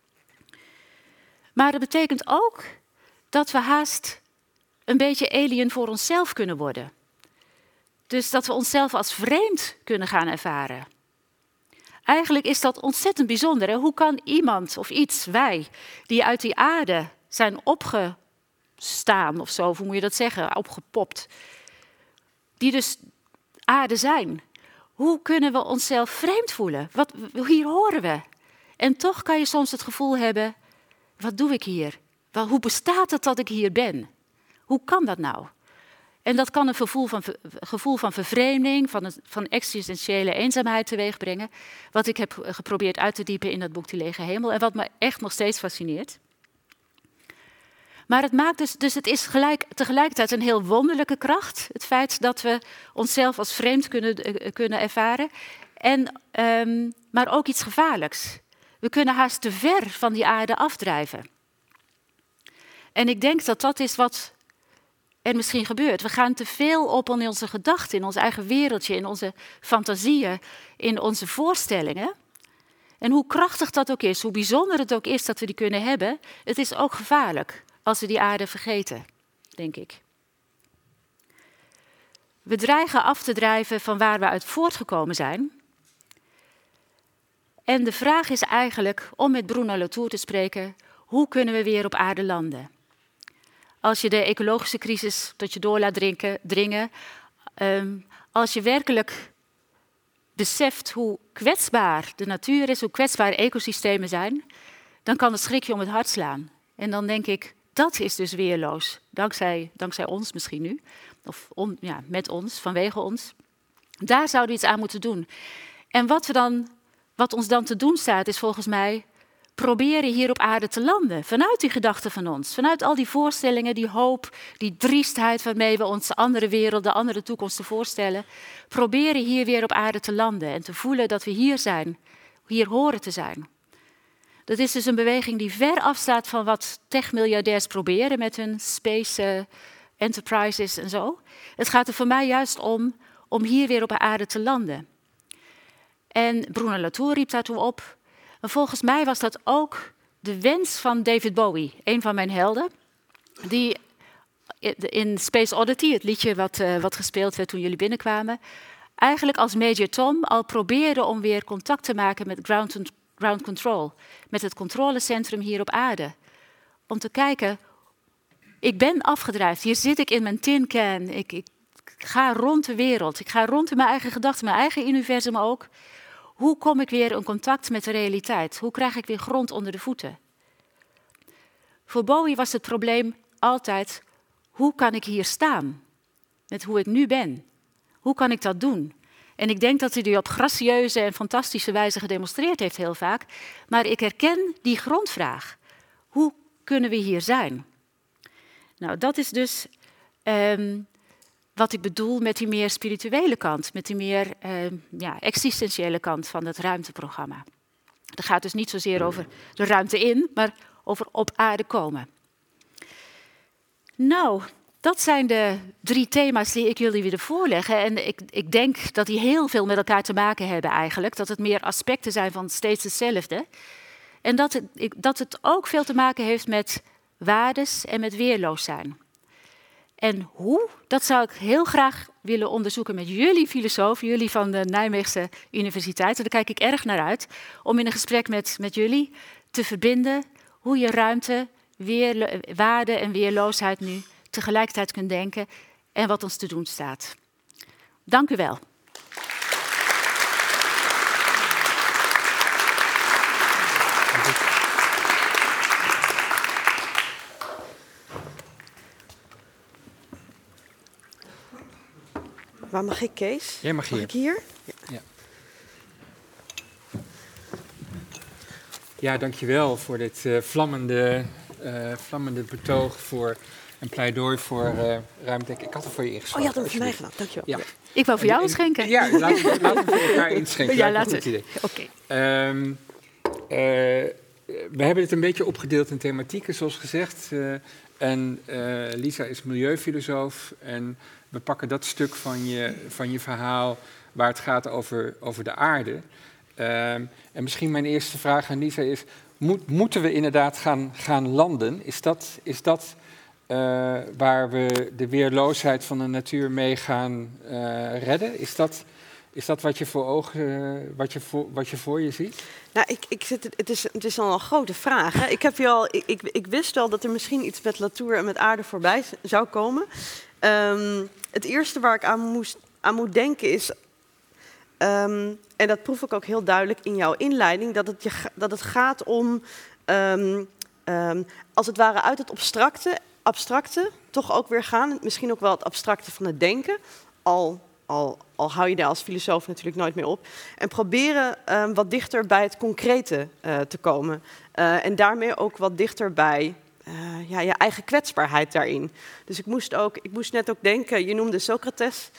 Maar dat betekent ook dat we haast een beetje alien voor onszelf kunnen worden. Dus dat we onszelf als vreemd kunnen gaan ervaren. Eigenlijk is dat ontzettend bijzonder. Hè? Hoe kan iemand of iets, wij, die uit die aarde zijn opgestaan of zo, hoe moet je dat zeggen, opgepopt, die dus aarde zijn. Hoe kunnen we onszelf vreemd voelen? Wat, hier horen we. En toch kan je soms het gevoel hebben, wat doe ik hier? Wel, hoe bestaat het dat ik hier ben? Hoe kan dat nou? En dat kan een gevoel van, gevoel van vervreemding, van, een, van existentiële eenzaamheid teweeg brengen. Wat ik heb geprobeerd uit te diepen in dat boek De Lege Hemel. En wat me echt nog steeds fascineert. Maar het maakt dus, dus het is gelijk, tegelijkertijd een heel wonderlijke kracht. Het feit dat we onszelf als vreemd kunnen, uh, kunnen ervaren. En, um, maar ook iets gevaarlijks. We kunnen haast te ver van die aarde afdrijven. En ik denk dat dat is wat er misschien gebeurt. We gaan te veel op in onze gedachten, in ons eigen wereldje, in onze fantasieën, in onze voorstellingen. En hoe krachtig dat ook is, hoe bijzonder het ook is dat we die kunnen hebben, het is ook gevaarlijk als we die aarde vergeten, denk ik. We dreigen af te drijven van waar we uit voortgekomen zijn. En de vraag is eigenlijk, om met Bruno Latour te spreken, hoe kunnen we weer op aarde landen? Als je de ecologische crisis tot je door laat drinken, dringen, um, als je werkelijk beseft hoe kwetsbaar de natuur is, hoe kwetsbaar ecosystemen zijn, dan kan het schrik je om het hart slaan. En dan denk ik, dat is dus weerloos, dankzij, dankzij ons misschien nu, of on, ja, met ons, vanwege ons. Daar zouden we iets aan moeten doen. En wat, we dan, wat ons dan te doen staat, is volgens mij proberen hier op aarde te landen. Vanuit die gedachten van ons. Vanuit al die voorstellingen, die hoop, die driestheid waarmee we ons andere werelden, andere toekomsten voorstellen. Proberen hier weer op aarde te landen en te voelen dat we hier zijn. Hier horen te zijn. Dat is dus een beweging die ver afstaat van wat techmiljardairs proberen met hun space uh, enterprises en zo. Het gaat er voor mij juist om, om hier weer op aarde te landen. En Bruno Latour riep daartoe op. Maar volgens mij was dat ook de wens van David Bowie, een van mijn helden. Die in Space Oddity, het liedje wat, uh, wat gespeeld werd toen jullie binnenkwamen, eigenlijk als Major Tom al probeerde om weer contact te maken met ground, ground control. Met het controlecentrum hier op aarde. Om te kijken, ik ben afgedreven, hier zit ik in mijn tin can. Ik, ik ga rond de wereld, ik ga rond in mijn eigen gedachten, mijn eigen universum ook. Hoe kom ik weer in contact met de realiteit? Hoe krijg ik weer grond onder de voeten? Voor Bowie was het probleem altijd, hoe kan ik hier staan? Met hoe ik nu ben. Hoe kan ik dat doen? En ik denk dat hij die op gracieuze en fantastische wijze gedemonstreerd heeft heel vaak. Maar ik herken die grondvraag. Hoe kunnen we hier zijn? Nou, dat is dus um, wat ik bedoel met die meer spirituele kant. Met die meer um, ja, existentiële kant van het ruimteprogramma. Het gaat dus niet zozeer over de ruimte in, maar over op aarde komen. Nou, Dat zijn de drie thema's die ik jullie willen voorleggen. En ik, ik denk dat die heel veel met elkaar te maken hebben eigenlijk. Dat het meer aspecten zijn van steeds hetzelfde. En dat het, dat het ook veel te maken heeft met waardes en met weerloos zijn. En hoe, dat zou ik heel graag willen onderzoeken met jullie filosofen, jullie van de Nijmeegse Universiteit. En daar kijk ik erg naar uit, om in een gesprek met, met jullie te verbinden hoe je ruimte, weer, waarde en weerloosheid nu tegelijkertijd kunt denken en wat ons te doen staat. Dank u wel. Waar mag ik, Kees? Jij mag hier. Mag ik hier? Ja. Ja. Ja, dankjewel voor dit uh, vlammende, uh, vlammende betoog voor een pleidooi voor uh, ruimte. Ik had er voor je ingeschreven. Oh, je had hem voor mij gedaan. Dankjewel. Ja. Ik wou voor jou schenken. Ja, laten we, laten we voor elkaar inschenken. Ja, laten we. Oké. Okay. Um, uh, we hebben het een beetje opgedeeld in thematieken, zoals gezegd. Uh, en uh, Lisa is milieufilosoof en we pakken dat stuk van je, van je verhaal waar het gaat over, over de aarde. Uh, en misschien mijn eerste vraag aan Lisa is, moet, moeten we inderdaad gaan, gaan landen? Is dat, is dat uh, waar we de weerloosheid van de natuur mee gaan uh, redden? Is dat, is dat wat je voor ogen, uh, wat je voor, wat je voor je ziet? Nou, ik, ik zit, het, is, het is al een grote vraag. Hè? Ik, heb je al, ik, ik, ik wist al dat er misschien iets met Latour en met aarde voorbij zou komen. Um, het eerste waar ik aan, moest, aan moet denken is, um, en dat proef ik ook heel duidelijk in jouw inleiding, dat het, je, dat het gaat om, um, um, als het ware uit het abstracte, abstracte toch ook weer gaan, misschien ook wel het abstracte van het denken, al, al, al hou je daar als filosoof natuurlijk nooit mee op, en proberen um, wat dichter bij het concrete uh, te komen. Uh, en daarmee ook wat dichter bij Uh, ja, je eigen kwetsbaarheid daarin. Dus ik moest, ook, ik moest net ook denken, je noemde Socrates.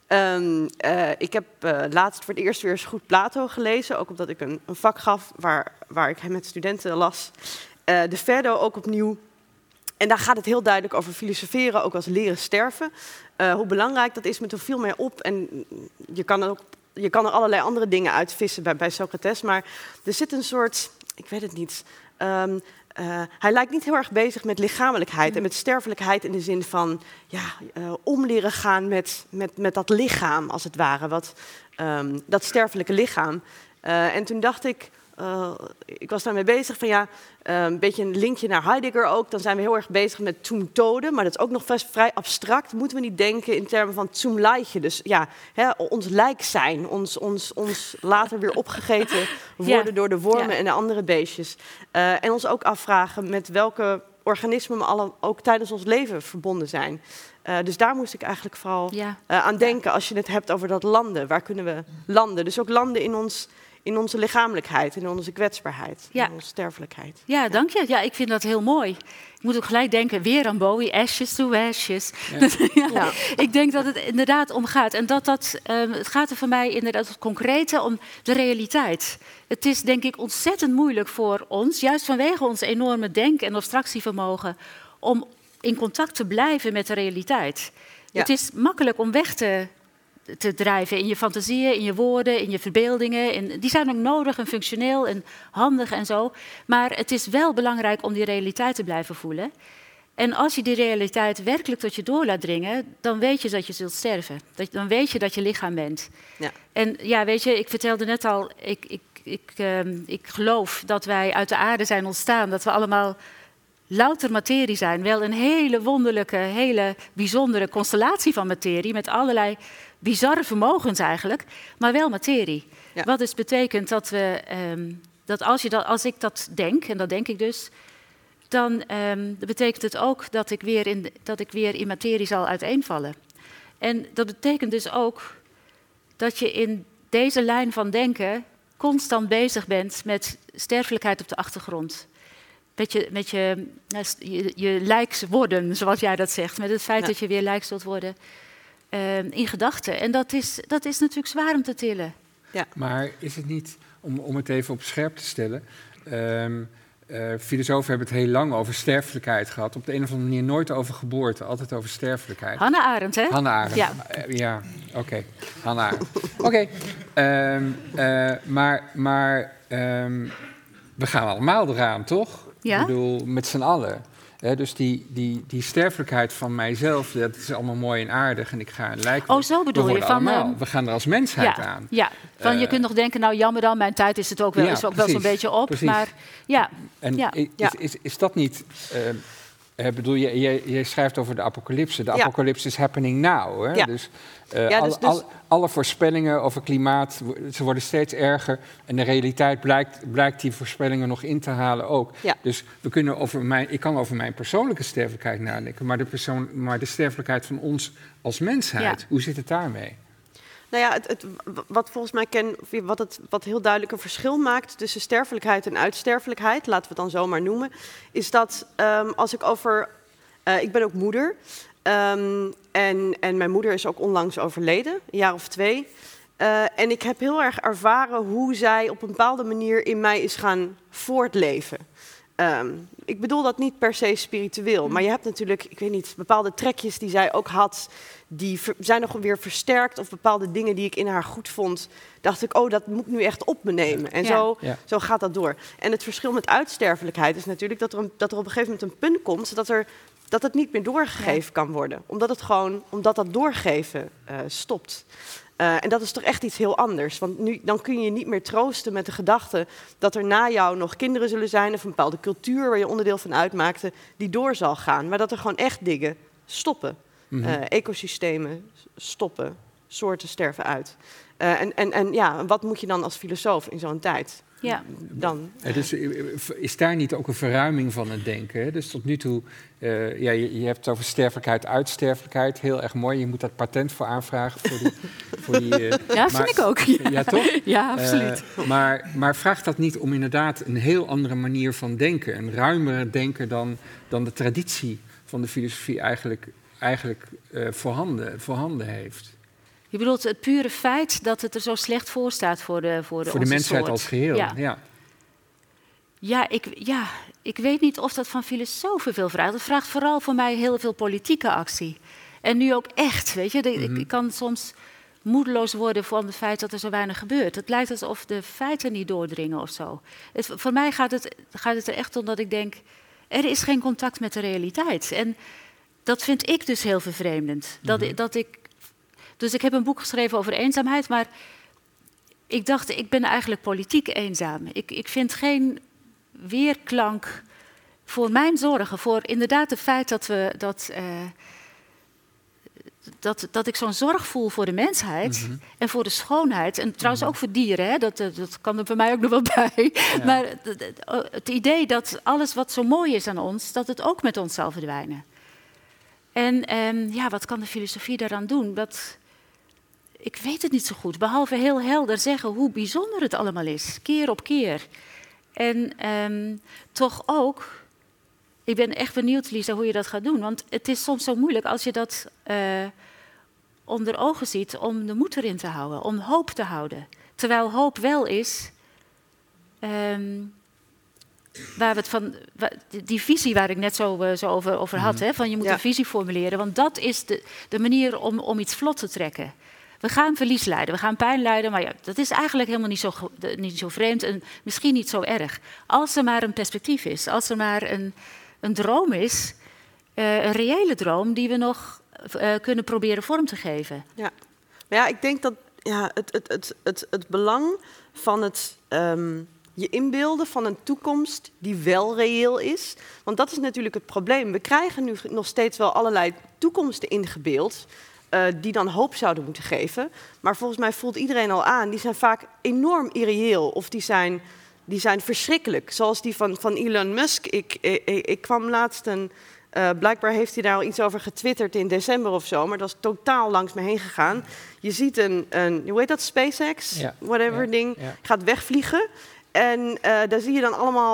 Um, uh, ik heb uh, laatst voor het eerst weer eens goed Plato gelezen, ook omdat ik een, een vak gaf waar, waar ik hem met studenten las. Uh, de Phaedo ook opnieuw. En daar gaat het heel duidelijk over filosoferen, ook als leren sterven. Uh, hoe belangrijk dat is, met hoeveel meer op. En je kan, ook, je kan er allerlei andere dingen uitvissen bij, bij Socrates, maar er zit een soort, ik weet het niet. Um, Uh, hij lijkt niet heel erg bezig met lichamelijkheid en met sterfelijkheid in de zin van ja, uh, om leren gaan met, met, met dat lichaam, als het ware, wat, um, dat sterfelijke lichaam. Uh, en toen dacht ik, uh, ik was daarmee bezig van ja, uh, een beetje een linkje naar Heidegger ook. Dan zijn we heel erg bezig met zum Tode, maar dat is ook nog best vrij abstract. Moeten we niet denken in termen van zum Leiche, dus ja, hè, ons lijk zijn, ons, ons, ons later weer opgegeten worden ja. door de wormen ja. en de andere beestjes. Uh, en ons ook afvragen met welke organismen we alle, ook tijdens ons leven verbonden zijn. Uh, dus daar moest ik eigenlijk vooral ja. uh, aan denken als je het hebt over dat landen. Waar kunnen we landen? Dus ook landen in ons... in onze lichamelijkheid, in onze kwetsbaarheid, ja. in onze sterfelijkheid. Ja, dank je. Ja, ik vind dat heel mooi. Ik moet ook gelijk denken, weer aan Bowie, ashes to ashes. Ja. ja. Ja. Ik denk dat het inderdaad om gaat. En dat dat, um, het gaat er voor mij inderdaad het concrete om de realiteit. Het is denk ik ontzettend moeilijk voor ons, juist vanwege ons enorme denk- en abstractievermogen, om in contact te blijven met de realiteit. Ja. Het is makkelijk om weg te... te drijven in je fantasieën, in je woorden, in je verbeeldingen. In, die zijn ook nodig en functioneel en handig en zo. Maar het is wel belangrijk om die realiteit te blijven voelen. En als je die realiteit werkelijk tot je door laat dringen, dan weet je dat je zult sterven. Dat, dan weet je dat je lichaam bent. Ja. En ja, weet je, ik vertelde net al, ik, ik, ik, uh, ik geloof dat wij uit de aarde zijn ontstaan. Dat we allemaal louter materie zijn. Wel een hele wonderlijke, hele bijzondere constellatie van materie met allerlei bizarre vermogens eigenlijk, maar wel materie. Ja. Wat dus betekent dat, we, um, dat, als, je dat als ik dat denk, en dat denk ik dus, dan um, betekent het ook dat ik, weer in, dat ik weer in materie zal uiteenvallen. En dat betekent dus ook dat je in deze lijn van denken constant bezig bent met sterfelijkheid op de achtergrond. Met je, met je, je, je lijks worden, zoals jij dat zegt. Met het feit ja. dat je weer lijks zult worden. Uh, in gedachten. En dat is, dat is natuurlijk zwaar om te tillen. Ja. Maar is het niet, om, om het even op scherp te stellen, um, uh, filosofen hebben het heel lang over sterfelijkheid gehad. Op de een of andere manier nooit over geboorte, altijd over sterfelijkheid. Hannah Arendt, hè? Hannah Arendt, ja. Uh, ja, oké. Okay. Hannah Arendt. Oké, okay. um, uh, maar, maar um, we gaan allemaal eraan, toch? Ja? Ik bedoel, met z'n allen. He, dus die, die, die sterfelijkheid van mijzelf, dat is allemaal mooi en aardig en ik ga een lijk. Oh, zo bedoel we je? Van, allemaal, um, we gaan er als mensheid ja, aan. Ja, van uh, je kunt nog denken, nou jammer dan, mijn tijd is het ook wel, ja, is ook precies, wel zo'n beetje op. Precies. Maar ja. En ja. Is, is, is, is dat niet... Uh, Ik bedoel, je, je, je schrijft over de apocalypse. De ja. apocalypse is happening now. Hè? Ja. Dus, uh, ja, al, dus, dus... Al, alle voorspellingen over klimaat, ze worden steeds erger. En de realiteit blijkt, blijkt die voorspellingen nog in te halen ook. Ja. Dus we kunnen over mijn, ik kan over mijn persoonlijke sterfelijkheid nadenken. Maar de, persoon, maar de sterfelijkheid van ons als mensheid, ja. hoe zit het daarmee? Nou ja, het, het, wat volgens mij ken, wat, het, wat heel duidelijk een verschil maakt tussen sterfelijkheid en uitsterfelijkheid, laten we het dan zo maar noemen, is dat um, als ik over... Uh, ik ben ook moeder um, en, en mijn moeder is ook onlangs overleden, een jaar of twee. Uh, en ik heb heel erg ervaren hoe zij op een bepaalde manier in mij is gaan voortleven. Um, ik bedoel dat niet per se spiritueel, maar je hebt natuurlijk, ik weet niet, bepaalde trekjes die zij ook had, die ver, zijn nog weer versterkt, of bepaalde dingen die ik in haar goed vond, dacht ik, oh, dat moet ik nu echt op me nemen. En ja. Zo, ja. zo gaat dat door. En het verschil met uitsterfelijkheid is natuurlijk dat er, een, dat er op een gegeven moment een punt komt, dat, er, dat het niet meer doorgegeven ja. kan worden. Omdat het gewoon, omdat dat doorgeven uh, stopt. Uh, en dat is toch echt iets heel anders. Want nu, dan kun je je niet meer troosten met de gedachte dat er na jou nog kinderen zullen zijn of een bepaalde cultuur waar je onderdeel van uitmaakte, die door zal gaan. Maar dat er gewoon echt dingen stoppen. Mm-hmm. Uh, ecosystemen stoppen, soorten sterven uit. Uh, en, en, en ja, wat moet je dan als filosoof in zo'n tijd? Ja. Dan. Dus is daar niet ook een verruiming van het denken? Hè? Dus tot nu toe, uh, ja, je, je hebt het over sterfelijkheid, uitsterfelijkheid, heel erg mooi. Je moet daar patent voor aanvragen. Voor die, voor die, uh, ja, maar, vind ik ook. Ja, ja toch? Ja, absoluut. Uh, maar, maar vraagt dat niet om inderdaad een heel andere manier van denken, een ruimere denken dan, dan de traditie van de filosofie eigenlijk, eigenlijk uh, voorhanden, voorhanden heeft? Je bedoelt het pure feit dat het er zo slecht voor staat voor de voor de, voor de mensheid soort. als geheel. Ja, ja. Ja, ik, ja, ik weet niet of dat van filosofen veel vraagt. Het vraagt vooral voor mij heel veel politieke actie. En nu ook echt, weet je. De, mm-hmm. ik, ik kan soms moedeloos worden van het feit dat er zo weinig gebeurt. Het lijkt alsof de feiten niet doordringen of zo. Het, voor mij gaat het, gaat het er echt om dat ik denk, er is geen contact met de realiteit. En dat vind ik dus heel vervreemdend. Dat, mm-hmm. dat ik... Dus ik heb een boek geschreven over eenzaamheid, maar ik dacht, ik ben eigenlijk politiek eenzaam. Ik, ik vind geen weerklank voor mijn zorgen, voor inderdaad het feit dat, we, dat, uh, dat, dat ik zo'n zorg voel voor de mensheid mm-hmm. en voor de schoonheid. En trouwens mm-hmm. ook voor dieren, hè? Dat, dat kan er bij mij ook nog wel bij. Ja. Maar het, het idee dat alles wat zo mooi is aan ons, dat het ook met ons zal verdwijnen. En um, ja, wat kan de filosofie daaraan doen? Dat... Ik weet het niet zo goed, behalve heel helder zeggen hoe bijzonder het allemaal is, keer op keer. En um, toch ook, ik ben echt benieuwd, Lisa, hoe je dat gaat doen. Want het is soms zo moeilijk als je dat uh, onder ogen ziet om de moed erin te houden, om hoop te houden. Terwijl hoop wel is, um, waar we het van, waar, die visie waar ik net zo, uh, zo over, over had, mm-hmm. hè, van je moet ja. een visie formuleren. Want dat is de, de manier om, om iets vlot te trekken. We gaan verlies lijden, we gaan pijn lijden, maar ja, dat is eigenlijk helemaal niet zo, niet zo vreemd en misschien niet zo erg. Als er maar een perspectief is, als er maar een, een droom is, uh, een reële droom die we nog uh, kunnen proberen vorm te geven. Ja, maar ja, ik denk dat ja, het, het, het, het, het belang van het um, je inbeelden van een toekomst die wel reëel is, want dat is natuurlijk het probleem. We krijgen nu nog steeds wel allerlei toekomsten ingebeeld, Uh, die dan hoop zouden moeten geven. Maar volgens mij voelt iedereen al aan, die zijn vaak enorm irreëel of die zijn, die zijn verschrikkelijk. Zoals die van, van Elon Musk. Ik, ik, ik kwam laatst een... Uh, blijkbaar heeft hij daar al iets over getwitterd in december of zo, maar dat is totaal langs me heen gegaan. Je ziet een, een hoe heet dat, SpaceX, ja, whatever ja, ding, ja. gaat wegvliegen. En uh, daar zie je dan allemaal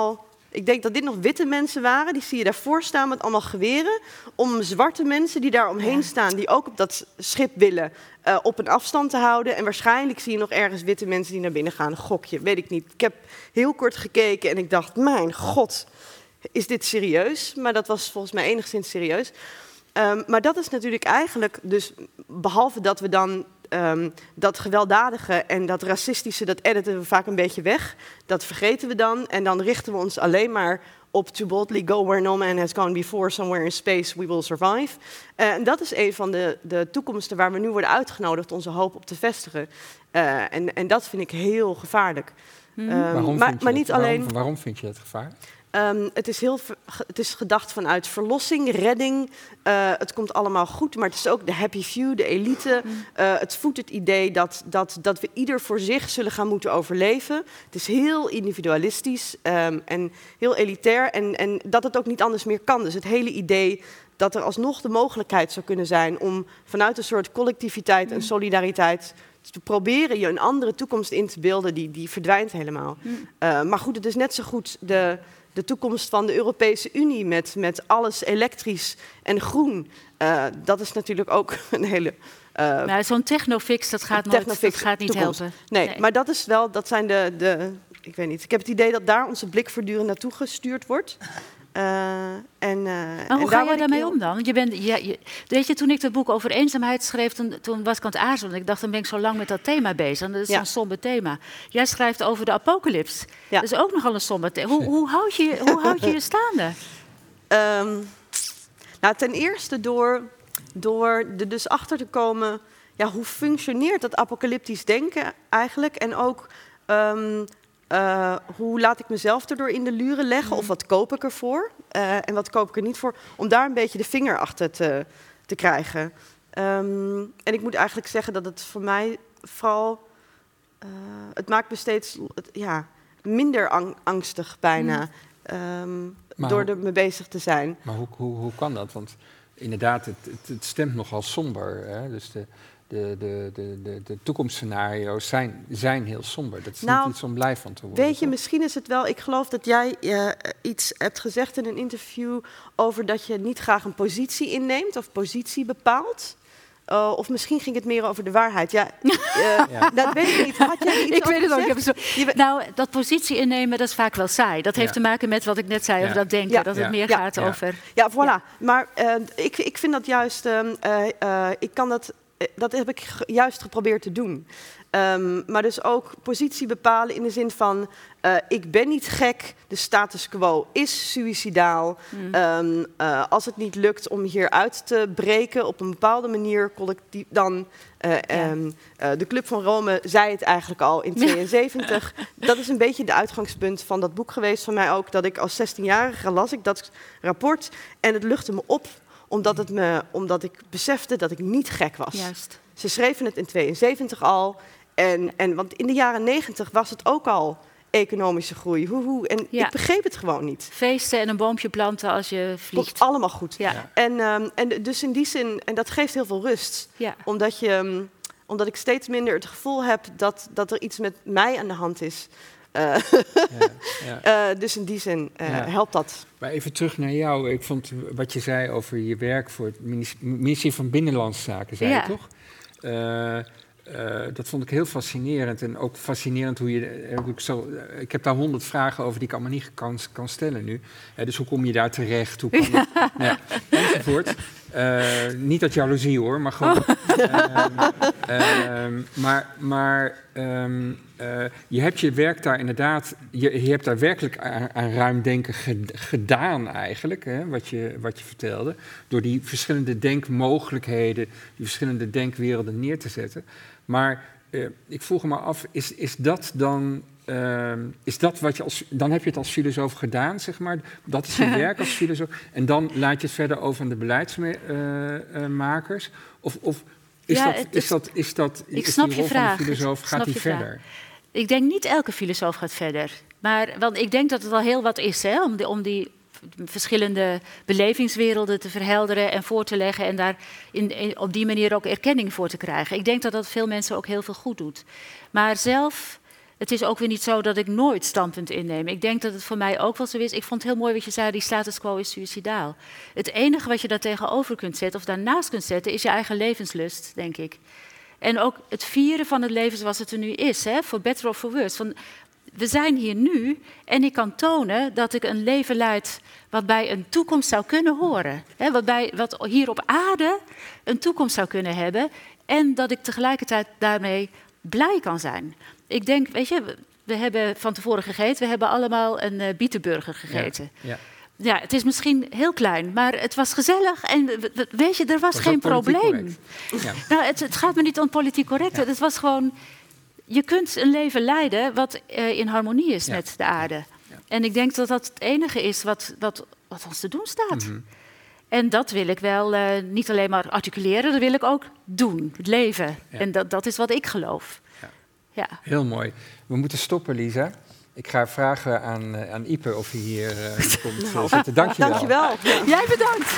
Ik denk dat dit nog witte mensen waren. Die zie je daarvoor staan met allemaal geweren. Om zwarte mensen die daar omheen staan, die ook op dat schip willen, uh, op een afstand te houden. En waarschijnlijk zie je nog ergens witte mensen die naar binnen gaan. Gokje, weet ik niet. Ik heb heel kort gekeken en ik dacht, mijn god, is dit serieus? Maar dat was volgens mij enigszins serieus. Um, maar dat is natuurlijk eigenlijk, dus behalve dat we dan um, dat gewelddadige en dat racistische, dat editen we vaak een beetje weg. Dat vergeten we dan en dan richten we ons alleen maar op to boldly go where no man has gone before, somewhere in space we will survive. Uh, en dat is een van de, de toekomsten waar we nu worden uitgenodigd onze hoop op te vestigen. Uh, en, en dat vind ik heel gevaarlijk. Hmm. Um, waarom maar, vind je maar het, niet alleen. Waarom, waarom vind je het gevaar? Um, het, is heel, het is gedacht vanuit verlossing, redding. Uh, het komt allemaal goed, maar het is ook de happy few, de elite. Uh, het voedt het idee dat, dat, dat we ieder voor zich zullen gaan moeten overleven. Het is heel individualistisch um, en heel elitair. En, en dat het ook niet anders meer kan. Dus het hele idee dat er alsnog de mogelijkheid zou kunnen zijn om vanuit een soort collectiviteit en solidariteit te proberen je een andere toekomst in te beelden, die, die verdwijnt helemaal. Uh, maar goed, het is net zo goed de... de toekomst van de Europese Unie met, met alles elektrisch en groen. Uh, dat is natuurlijk ook een hele... Uh, nou, zo'n technofix, dat gaat, nooit, dat gaat niet toekomst. helpen. Nee, nee, maar dat is wel, dat zijn de, de... Ik weet niet, ik heb het idee dat daar onze blik voortdurend naartoe gestuurd wordt. Uh, en, uh, maar en hoe daar ga jij daarmee heel... om dan? Je bent, ja, je, weet je, toen ik het boek over eenzaamheid schreef, toen, toen was ik aan het aarzelen. Ik dacht, dan ben ik zo lang met dat thema bezig. Dat is ja. een somber thema. Jij schrijft over de apocalyps. Ja. Dat is ook nogal een somber thema. Hoe, hoe, houd je, hoe houd je je staande? Um, nou, ten eerste door, door er dus achter te komen, ja, hoe functioneert dat apocalyptisch denken eigenlijk? En ook... Um, Uh, hoe laat ik mezelf erdoor in de luren leggen? Mm. Of wat koop ik ervoor? Uh, en wat koop ik er niet voor? Om daar een beetje de vinger achter te, te krijgen. Um, en ik moet eigenlijk zeggen dat het voor mij vooral... Uh, het maakt me steeds het, ja, minder ang- angstig bijna. Mm. Um, door er mee bezig te zijn. Maar hoe, hoe, hoe kan dat? Want inderdaad, het, het, het stemt nogal somber. Hè? Dus de... De, de, de, de, de toekomstscenario's zijn, zijn heel somber. Dat is nou, niet iets om blij van te worden. Weet je, toch? Misschien is het wel... Ik geloof dat jij uh, iets hebt gezegd in een interview over dat je niet graag een positie inneemt of positie bepaalt. Uh, of misschien ging het meer over de waarheid. Ja, uh, ja. Dat weet ik niet. Had jij iets ik weet het ook. Ik heb zo... je... Nou, dat positie innemen, dat is vaak wel saai. Dat heeft ja. te maken met wat ik net zei ja. over dat denken. Ja. Dat ja. het meer ja. gaat ja. over... Ja, voilà. Ja. Maar uh, ik, ik vind dat juist... Uh, uh, ik kan dat... Dat heb ik juist geprobeerd te doen. Um, maar dus ook positie bepalen in de zin van... Uh, ik ben niet gek, de status quo is suïcidaal. Mm. Um, uh, als het niet lukt om hier uit te breken op een bepaalde manier... collectief, dan... Uh, ja. um, uh, de Club van Rome zei het eigenlijk al in tweeënzeventig. Dat is een beetje het uitgangspunt van dat boek geweest van mij ook... dat ik als zestienjarige las ik dat rapport en het luchtte me op... Omdat, het me, omdat ik besefte dat ik niet gek was. Juist. Ze schreven het in tweeënzeventig al. En, en, want in de jaren negentig was het ook al economische groei. Hoe, hoe, en ja. ik begreep het gewoon niet. Feesten en een boompje planten als je vliegt. Komt allemaal goed. Ja. Ja. En, um, en dus in die zin, en dat geeft heel veel rust. Ja. Omdat, je, um, omdat ik steeds minder het gevoel heb dat, dat er iets met mij aan de hand is. Uh, ja, ja. Uh, dus in die zin uh, ja. helpt dat. Maar even terug naar jou. Ik vond wat je zei over je werk voor het ministerie van Binnenlandse Zaken, zei ja. je toch? Uh, uh, dat vond ik heel fascinerend. En ook fascinerend hoe je... Heb ik, zo, ik heb daar honderd vragen over die ik allemaal niet kan, kan stellen nu. Uh, dus hoe kom je daar terecht? Hoe kan het, nou ja, enzovoort. Uh, niet uit jaloezie hoor, maar gewoon... Uh, uh, maar maar um, uh, je hebt je werk daar inderdaad... Je, je hebt daar werkelijk aan, aan ruimdenken ge, gedaan eigenlijk, hè, wat, je, wat je vertelde. Door die verschillende denkmogelijkheden, die verschillende denkwerelden neer te zetten. Maar uh, ik vroeg me af, is, is dat dan... Uh, is dat wat je als, dan heb je het als filosoof gedaan, zeg maar. Dat is je werk als filosoof. En dan laat je het verder over aan de beleidsmakers. Uh, uh, of, of is, ja, dat, is, is dat is dat ik is snap die rol je vraag. van de filosoof gaat die verder? Vraag. Ik denk niet elke filosoof gaat verder. Maar want ik denk dat het al heel wat is, hè, om, die, om die verschillende belevingswerelden te verhelderen en voor te leggen en daar in, in, op die manier ook erkenning voor te krijgen. Ik denk dat dat veel mensen ook heel veel goed doet. Maar zelf het is ook weer niet zo dat ik nooit standpunt inneem. Ik denk dat het voor mij ook wel zo is. Ik vond het heel mooi wat je zei, die status quo is suïcidaal. Het enige wat je daar tegenover kunt zetten, of daarnaast kunt zetten, is je eigen levenslust, denk ik. En ook het vieren van het leven zoals het er nu is, hè, for better of for worse. Van, we zijn hier nu en ik kan tonen dat ik een leven leid wat bij een toekomst zou kunnen horen. Hè, wat, bij, wat hier op aarde een toekomst zou kunnen hebben. En dat ik tegelijkertijd daarmee blij kan zijn. Ik denk, weet je, we hebben van tevoren gegeten. We hebben allemaal een uh, bietenburger gegeten. Ja, ja. Ja, het is misschien heel klein, maar het was gezellig. En weet je, er was, was geen probleem. Ja. Nou, het, het gaat me niet om politiek correct. Ja. Het was gewoon, je kunt een leven leiden wat uh, in harmonie is ja. met de aarde. Ja. En ik denk dat dat het enige is wat, wat, wat ons te doen staat. Mm-hmm. En dat wil ik wel uh, niet alleen maar articuleren, dat wil ik ook doen, het leven. Ja. En dat, dat is wat ik geloof. Ja. Ja. Heel mooi. We moeten stoppen, Lisa. Ik ga vragen aan, uh, aan Ipe of hij hier uh, komt uh, zitten. Dank je wel. Dank je wel. Ja. Jij bedankt.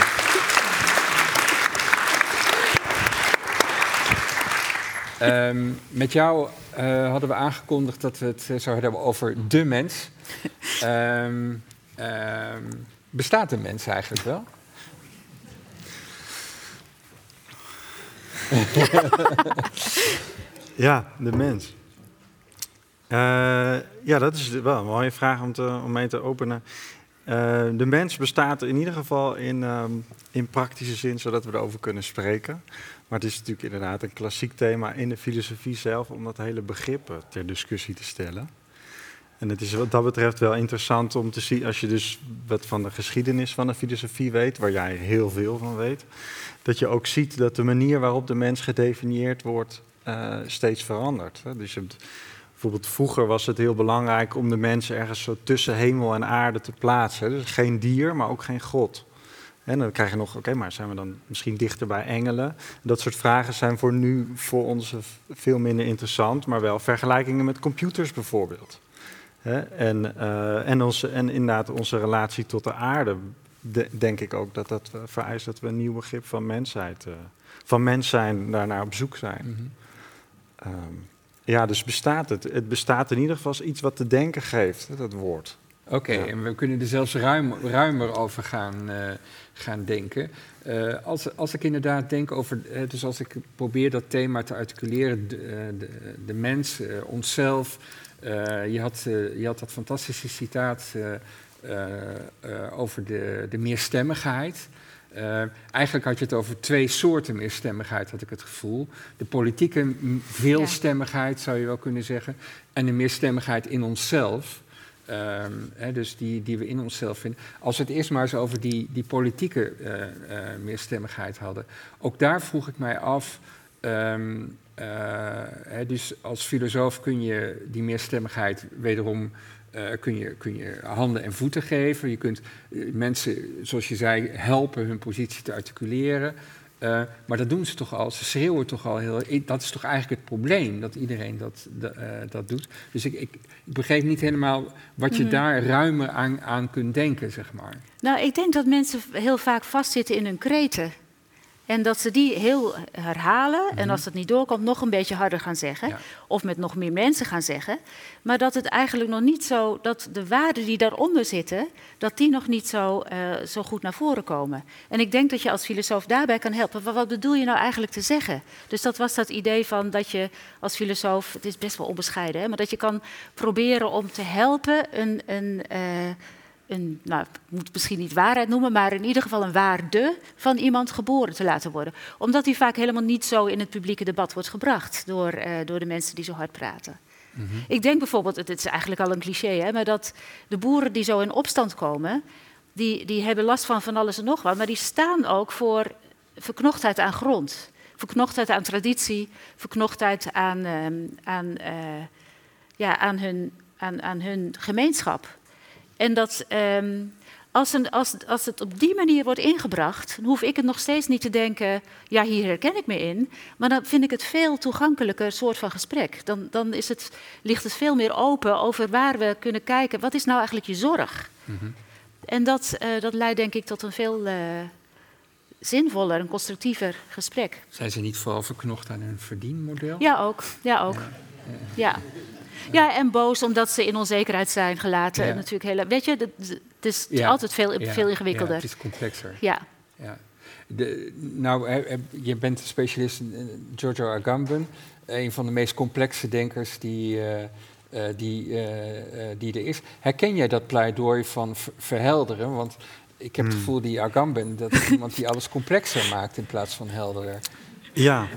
um, met jou uh, hadden we aangekondigd dat we het uh, zouden hebben over de mens. Um, um, bestaat de mens eigenlijk wel? Ja, de mens. Uh, ja, dat is wel een mooie vraag om, te, om mee te openen. Uh, de mens bestaat in ieder geval in, um, in praktische zin, zodat we erover kunnen spreken. Maar het is natuurlijk inderdaad een klassiek thema in de filosofie zelf om dat hele begrip ter discussie te stellen. En het is wat dat betreft wel interessant om te zien, als je dus wat van de geschiedenis van de filosofie weet, waar jij heel veel van weet, dat je ook ziet dat de manier waarop de mens gedefinieerd wordt uh, steeds verandert. Hè? Dus je hebt, bijvoorbeeld vroeger was het heel belangrijk om de mens ergens zo tussen hemel en aarde te plaatsen. Hè? Dus geen dier, maar ook geen God. En dan krijg je nog, oké, okay, maar zijn we dan misschien dichter bij engelen? Dat soort vragen zijn voor nu voor ons veel minder interessant, maar wel vergelijkingen met computers bijvoorbeeld. He, en, uh, en, onze, en inderdaad onze relatie tot de aarde, de, denk ik ook dat dat uh, vereist dat we een nieuw begrip van mensheid, uh, van mens zijn, daarnaar op zoek zijn. Mm-hmm. Um, ja, dus bestaat het. Het bestaat in ieder geval als iets wat te denken geeft, hè, dat woord. Oké, okay, ja. En we kunnen er zelfs ruim, ruimer over gaan, uh, gaan denken. Uh, als, als ik inderdaad denk over, uh, dus als ik probeer dat thema te articuleren, de, de, de mens, uh, onszelf. Uh, je, had, uh, je had dat fantastische citaat uh, uh, uh, over de, de meerstemmigheid. Uh, eigenlijk had je het over twee soorten meerstemmigheid, had ik het gevoel. De politieke veelstemmigheid, zou je wel kunnen zeggen, en de meerstemmigheid in onszelf. Um, hè, dus die, die we in onszelf vinden. Als we het eerst maar eens over die, die politieke uh, uh, meerstemmigheid hadden. Ook daar vroeg ik mij af. Um, uh, hè, dus als filosoof kun je die meerstemmigheid wederom uh, kun je, kun je handen en voeten geven. Je kunt uh, mensen, zoals je zei, helpen hun positie te articuleren. Uh, maar dat doen ze toch al, ze schreeuwen toch al heel... Dat is toch eigenlijk het probleem, dat iedereen dat, de, uh, dat doet. Dus ik, ik, ik begreep niet helemaal wat je mm. daar ruimer aan, aan kunt denken, zeg maar. Nou, ik denk dat mensen heel vaak vastzitten in hun kreten. En dat ze die heel herhalen mm-hmm. en als dat niet doorkomt nog een beetje harder gaan zeggen. Ja. Of met nog meer mensen gaan zeggen. Maar dat het eigenlijk nog niet zo, dat de waarden die daaronder zitten, dat die nog niet zo, uh, zo goed naar voren komen. En ik denk dat je als filosoof daarbij kan helpen. Wat, wat bedoel je nou eigenlijk te zeggen? Dus dat was dat idee van dat je als filosoof, het is best wel onbescheiden, hè, maar dat je kan proberen om te helpen een... een uh, Een, nou, ik moet het misschien niet waarheid noemen, maar in ieder geval een waarde van iemand geboren te laten worden. Omdat die vaak helemaal niet zo in het publieke debat wordt gebracht door, uh, door de mensen die zo hard praten. Mm-hmm. Ik denk bijvoorbeeld, het is eigenlijk al een cliché, hè, maar dat de boeren die zo in opstand komen, die, die hebben last van van alles en nog wat, maar die staan ook voor verknochtheid aan grond. Verknochtheid aan traditie, verknochtheid aan, uh, aan, uh, ja, aan, hun, aan, aan hun gemeenschap. En dat um, als, een, als, als het op die manier wordt ingebracht, dan hoef ik het nog steeds niet te denken, ja, hier herken ik me in. Maar dan vind ik het veel toegankelijker soort van gesprek. Dan, dan is het, ligt het veel meer open over waar we kunnen kijken, wat is nou eigenlijk je zorg? Mm-hmm. En dat, uh, dat leidt denk ik tot een veel uh, zinvoller en constructiever gesprek. Zijn ze niet vooral verknocht aan hun verdienmodel? Ja, ook. Ja, ook. Ja. Ja. Ja, en boos omdat ze in onzekerheid zijn gelaten. Ja. En natuurlijk hele, weet je, het is Ja. altijd veel, Ja, veel ingewikkelder. Ja, het is complexer. Ja. Ja. De, nou, he- he- je bent een specialist in uh, Giorgio Agamben, een van de meest complexe denkers die, uh, uh, die, uh, uh, die er is. Herken jij dat pleidooi van ver- verhelderen? Want ik heb het Hmm. gevoel die Agamben, dat is iemand die alles complexer maakt in plaats van helderder. Ja.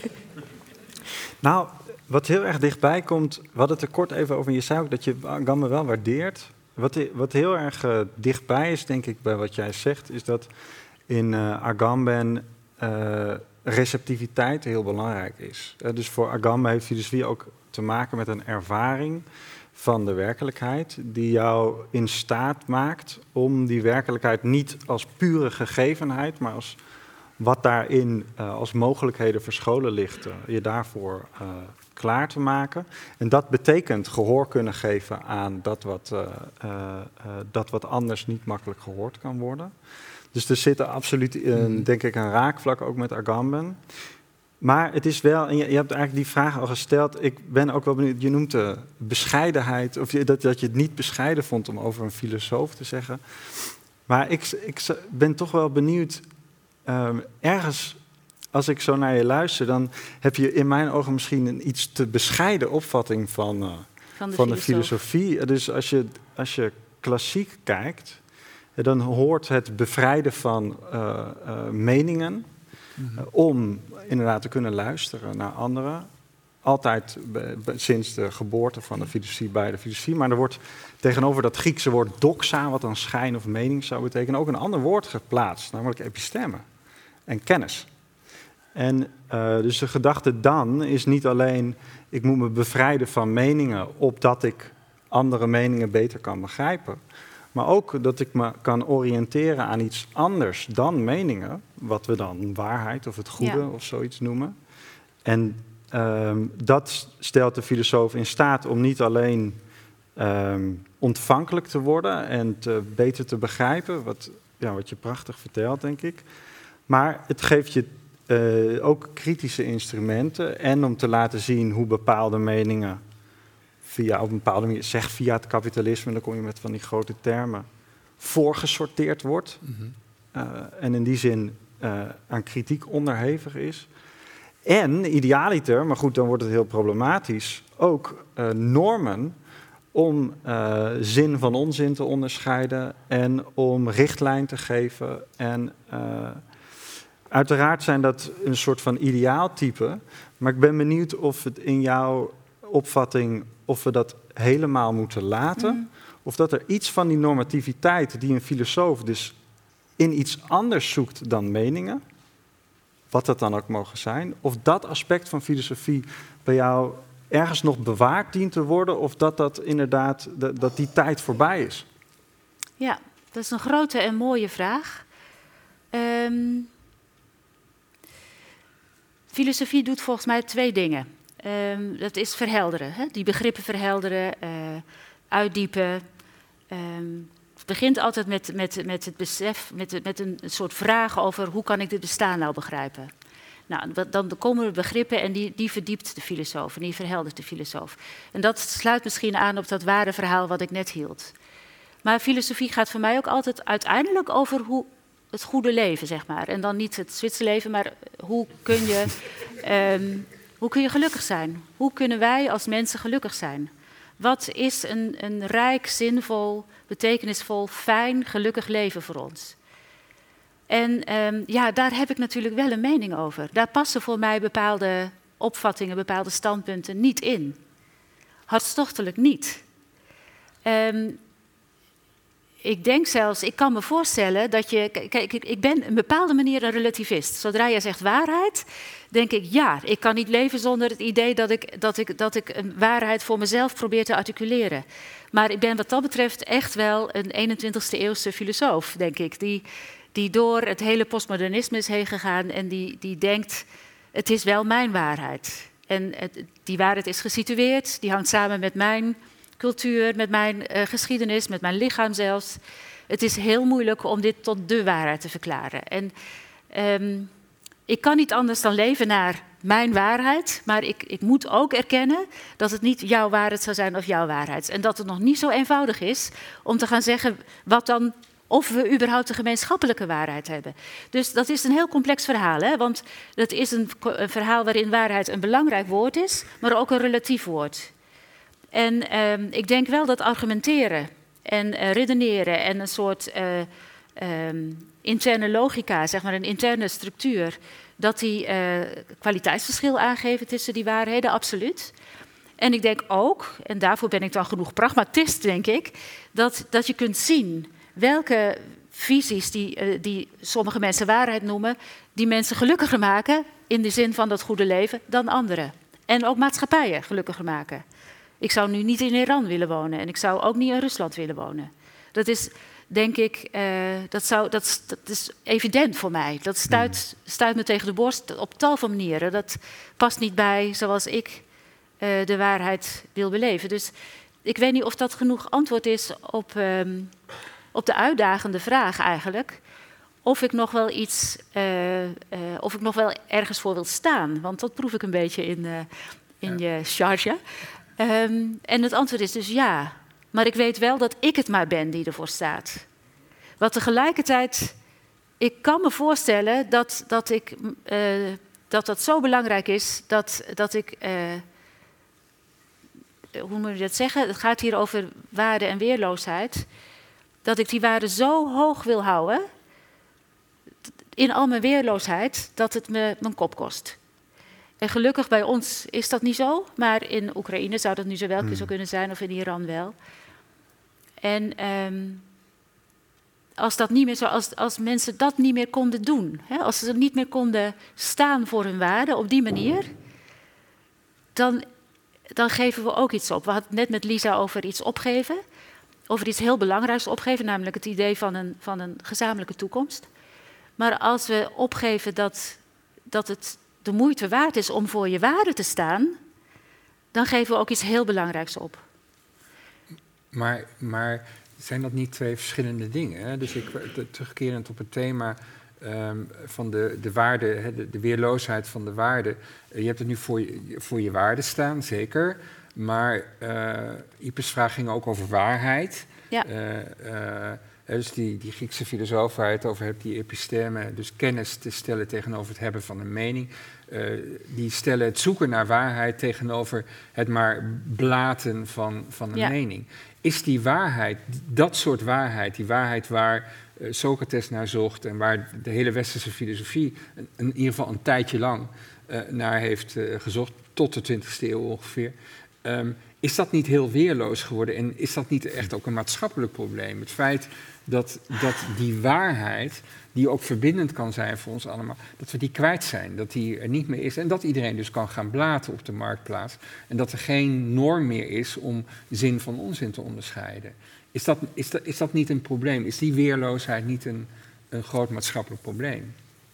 Nou, wat heel erg dichtbij komt, we hadden het er kort even over, en je zei ook dat je Agamben wel waardeert. Wat, wat heel erg uh, dichtbij is, denk ik, bij wat jij zegt, is dat in uh, Agamben uh, receptiviteit heel belangrijk is. Uh, dus voor Agamben heeft filosofie ook te maken met een ervaring van de werkelijkheid die jou in staat maakt om die werkelijkheid niet als pure gegevenheid, maar als wat daarin uh, als mogelijkheden verscholen ligt, uh, je daarvoor uh, klaar te maken. En dat betekent gehoor kunnen geven aan dat wat, uh, uh, uh, dat wat anders niet makkelijk gehoord kan worden. Dus er zit er absoluut, een, denk ik, een raakvlak ook met Agamben. Maar het is wel, en je, je hebt eigenlijk die vraag al gesteld, ik ben ook wel benieuwd, je noemt de bescheidenheid, of je, dat, dat je het niet bescheiden vond om over een filosoof te zeggen. Maar ik, ik ben toch wel benieuwd, um, ergens, als ik zo naar je luister, dan heb je in mijn ogen misschien een iets te bescheiden opvatting van, uh, Van de, van de filosoof. filosofie. Dus als je, als je klassiek kijkt, dan hoort het bevrijden van uh, uh, meningen, uh, om inderdaad te kunnen luisteren naar anderen. Altijd be, be, sinds de geboorte van de filosofie bij de filosofie. Maar er wordt tegenover dat Griekse woord doxa, wat dan schijn of mening zou betekenen, ook een ander woord geplaatst, namelijk episteme en kennis. En uh, dus de gedachte dan is niet alleen, ik moet me bevrijden van meningen, opdat ik andere meningen beter kan begrijpen. Maar ook dat ik me kan oriënteren aan iets anders dan meningen, wat we dan waarheid of het goede Ja. of zoiets noemen. En um, dat stelt de filosoof in staat om niet alleen um, ontvankelijk te worden en te, beter te begrijpen, wat, ja, wat je prachtig vertelt, denk ik. Maar het geeft je uh, ook kritische instrumenten en om te laten zien hoe bepaalde meningen via, op een bepaalde manier, zeg via het kapitalisme, dan kom je met van die grote termen, voorgesorteerd wordt. Mm-hmm. uh, en in die zin uh, aan kritiek onderhevig is. En idealiter, maar goed, dan wordt het heel problematisch, ook uh, normen om uh, zin van onzin te onderscheiden en om richtlijn te geven. En uh, uiteraard zijn dat een soort van ideaaltype, maar ik ben benieuwd of het in jouw opvatting, of we dat helemaal moeten laten, mm. of dat er iets van die normativiteit die een filosoof dus in iets anders zoekt dan meningen, wat dat dan ook mogen zijn, of dat aspect van filosofie bij jou ergens nog bewaard dient te worden, of dat dat inderdaad, dat, dat die tijd voorbij is? Ja, dat is een grote en mooie vraag. Um, filosofie doet volgens mij twee dingen. Um, dat is verhelderen, hè? Die begrippen verhelderen, uh, uitdiepen. Um, het begint altijd met, met, met het besef, met, met een soort vraag over hoe kan ik dit bestaan nou begrijpen. Nou, dan komen er begrippen en die, die verdiept de filosoof en die verheldert de filosoof. En dat sluit misschien aan op dat ware verhaal wat ik net hield. Maar filosofie gaat voor mij ook altijd uiteindelijk over hoe het goede leven, zeg maar. En dan niet het Zwitserse leven, maar hoe kun je, um, hoe kun je gelukkig zijn? Hoe kunnen wij als mensen gelukkig zijn? Wat is een, een rijk, zinvol, betekenisvol, fijn, gelukkig leven voor ons? En um, ja, daar heb ik natuurlijk wel een mening over. Daar passen voor mij bepaalde opvattingen, bepaalde standpunten niet in. Hartstochtelijk niet. Um, ik denk zelfs, ik kan me voorstellen dat je... Kijk, ik ben op een bepaalde manier een relativist. Zodra jij zegt waarheid, denk ik ja. Ik kan niet leven zonder het idee dat ik, dat ik, dat ik een waarheid voor mezelf probeer te articuleren. Maar ik ben wat dat betreft echt wel een eenentwintigste eeuwse filosoof, denk ik. Die, die door het hele postmodernisme is heen gegaan en die, die denkt, het is wel mijn waarheid. En het, die waarheid is gesitueerd, die hangt samen met mijn cultuur, met mijn uh, geschiedenis, met mijn lichaam zelfs. Het is heel moeilijk om dit tot de waarheid te verklaren. En um, ik kan niet anders dan leven naar mijn waarheid, maar ik, ik moet ook erkennen dat het niet jouw waarheid zou zijn of jouw waarheid. En dat het nog niet zo eenvoudig is om te gaan zeggen wat dan, of we überhaupt een gemeenschappelijke waarheid hebben. Dus dat is een heel complex verhaal, hè? Want het is een, een verhaal waarin waarheid een belangrijk woord is, maar ook een relatief woord. En uh, ik denk wel dat argumenteren en uh, redeneren en een soort uh, um, interne logica, zeg maar een interne structuur, dat die uh, kwaliteitsverschil aangeven tussen die waarheden, absoluut. En ik denk ook, en daarvoor ben ik dan genoeg pragmatist, denk ik, dat, dat je kunt zien welke visies die, uh, die sommige mensen waarheid noemen, die mensen gelukkiger maken in de zin van dat goede leven dan anderen. En ook maatschappijen gelukkiger maken. Ik zou nu niet in Iran willen wonen en ik zou ook niet in Rusland willen wonen. Dat is, denk ik, uh, dat, zou, dat, dat is evident voor mij. Dat stuit, stuit me tegen de borst op tal van manieren. Dat past niet bij zoals ik uh, de waarheid wil beleven. Dus ik weet niet of dat genoeg antwoord is op, um, op de uitdagende vraag eigenlijk. Of ik nog wel iets, uh, uh, of ik nog wel ergens voor wil staan. Want dat proef ik een beetje in, uh, in ja. je charge. Um, en het antwoord is dus ja. Maar ik weet wel dat ik het maar ben die ervoor staat. Wat tegelijkertijd, ik kan me voorstellen dat dat, ik, uh, dat, dat zo belangrijk is dat, dat ik, uh, hoe moet je dat zeggen? Het gaat hier over waarde en weerloosheid. Dat ik die waarde zo hoog wil houden, in al mijn weerloosheid, dat het me mijn kop kost. En gelukkig bij ons is dat niet zo, maar in Oekraïne zou dat nu zo wel hmm. zo kunnen zijn, of in Iran wel. En um, als, dat niet meer zo, als, als mensen dat niet meer konden doen, hè, als ze niet meer konden staan voor hun waarden op die manier, dan, dan geven we ook iets op. We hadden het net met Lisa over iets opgeven, over iets heel belangrijks opgeven, namelijk het idee van een, van een gezamenlijke toekomst. Maar als we opgeven dat, dat het de moeite waard is om voor je waarde te staan, dan geven we ook iets heel belangrijks op. Maar, maar zijn dat niet twee verschillende dingen? Hè? Dus ik, terugkerend op het thema um, van de, de waarde, de, de weerloosheid van de waarde. Je hebt het nu voor je, voor je waarde staan, zeker. Maar uh, Ipes vraag ging ook over waarheid. Ja. Uh, uh, Dus die, die Griekse filosoof waar je het over hebt, die episteme, dus kennis te stellen tegenover het hebben van een mening. Uh, die stellen het zoeken naar waarheid tegenover het maar blaten van, van een ja. mening. Is die waarheid, dat soort waarheid, die waarheid waar uh, Socrates naar zocht en waar de hele westerse filosofie in, in ieder geval een tijdje lang uh, naar heeft uh, gezocht, tot de twintigste eeuw ongeveer, um, is dat niet heel weerloos geworden en is dat niet echt ook een maatschappelijk probleem? Het feit dat, dat die waarheid, die ook verbindend kan zijn voor ons allemaal, dat we die kwijt zijn, dat die er niet meer is en dat iedereen dus kan gaan blaten op de marktplaats en dat er geen norm meer is om zin van onzin te onderscheiden. Is dat, is dat, is dat niet een probleem? Is die weerloosheid niet een, een groot maatschappelijk probleem?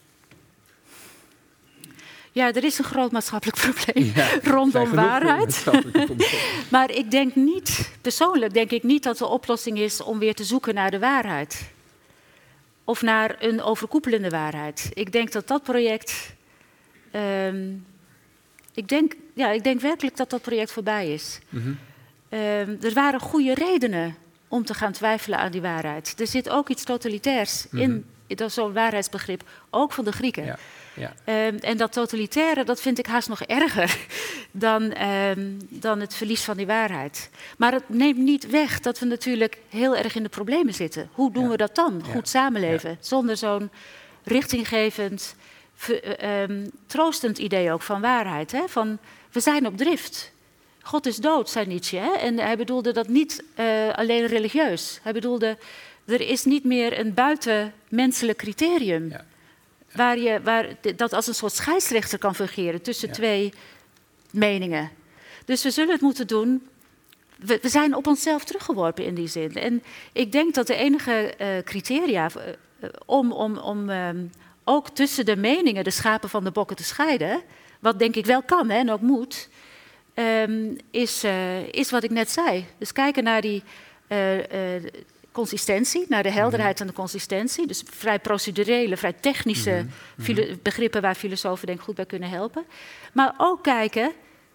Ja, er is een groot maatschappelijk probleem ja, rondom waarheid. Maar ik denk niet, persoonlijk denk ik niet dat de oplossing is om weer te zoeken naar de waarheid. Of naar een overkoepelende waarheid. Ik denk dat dat project, um, ik, denk, ja, ik denk werkelijk dat dat project voorbij is. Mm-hmm. Um, er waren goede redenen om te gaan twijfelen aan die waarheid. Er zit ook iets totalitairs mm-hmm. in, in zo'n waarheidsbegrip, ook van de Grieken. Ja. Ja. Um, en dat totalitaire, dat vind ik haast nog erger dan, um, dan het verlies van die waarheid. Maar het neemt niet weg dat we natuurlijk heel erg in de problemen zitten. Hoe doen ja. we dat dan? Goed ja. samenleven, ja. zonder zo'n richtinggevend, um, troostend idee ook van waarheid. Hè? Van, we zijn op drift. God is dood, zei Nietzsche. Hè? En hij bedoelde dat niet uh, alleen religieus. Hij bedoelde, er is niet meer een buitenmenselijk criterium. Ja. Waar je, waar dat als een soort scheidsrechter kan fungeren tussen ja. twee meningen. Dus we zullen het moeten doen. We, we zijn op onszelf teruggeworpen in die zin. En ik denk dat de enige uh, criteria uh, om, om, om um, ook tussen de meningen de schapen van de bokken te scheiden, wat denk ik wel kan hè, en ook moet, um, is, uh, is wat ik net zei. Dus kijken naar die uh, uh, consistentie, naar de helderheid en de consistentie. Dus vrij procedurele, vrij technische Mm-hmm. filo- begrippen waar filosofen denk ik goed bij kunnen helpen. Maar ook kijken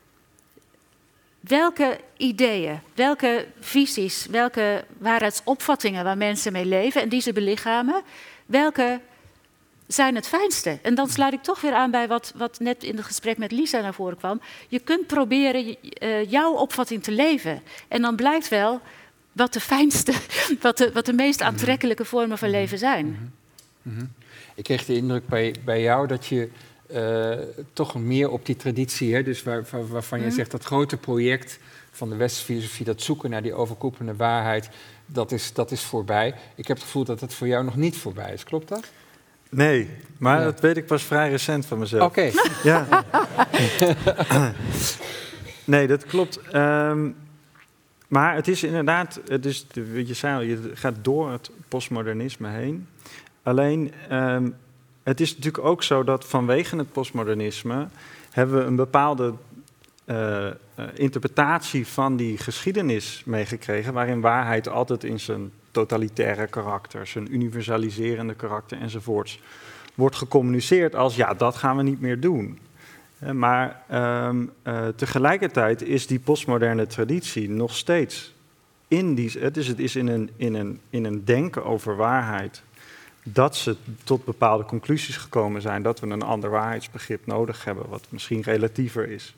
welke ideeën, welke visies, welke waarheidsopvattingen waar mensen mee leven en die ze belichamen, welke zijn het fijnste. En dan sluit ik toch weer aan bij wat, wat net in het gesprek met Lisa naar voren kwam. Je kunt proberen uh, jouw opvatting te leven. En dan blijkt wel wat de fijnste, wat de, wat de meest aantrekkelijke vormen van leven zijn. Mm-hmm. Mm-hmm. Ik kreeg de indruk bij, bij jou dat je uh, toch meer op die traditie, hè, dus waar, waar, waarvan mm. je zegt dat grote project van de westerse filosofie, dat zoeken naar die overkoepelende waarheid, dat is, dat is voorbij. Ik heb het gevoel dat het voor jou nog niet voorbij is. Klopt dat? Nee, maar ja. dat weet ik pas vrij recent van mezelf. Oké. Okay. Ja. Nee, dat klopt. Um, maar het is inderdaad, het is, wat je zei al, je gaat door het postmodernisme heen. Alleen, um, het is natuurlijk ook zo dat vanwege het postmodernisme hebben we een bepaalde uh, uh, interpretatie van die geschiedenis meegekregen, waarin waarheid altijd in zijn totalitaire karakter, zijn universaliserende karakter enzovoorts, wordt gecommuniceerd als ja, dat gaan we niet meer doen. Maar um, uh, tegelijkertijd is die postmoderne traditie nog steeds in die, het is, het is in, een, in, een, in een denken over waarheid dat ze tot bepaalde conclusies gekomen zijn, dat we een ander waarheidsbegrip nodig hebben, wat misschien relatiever is.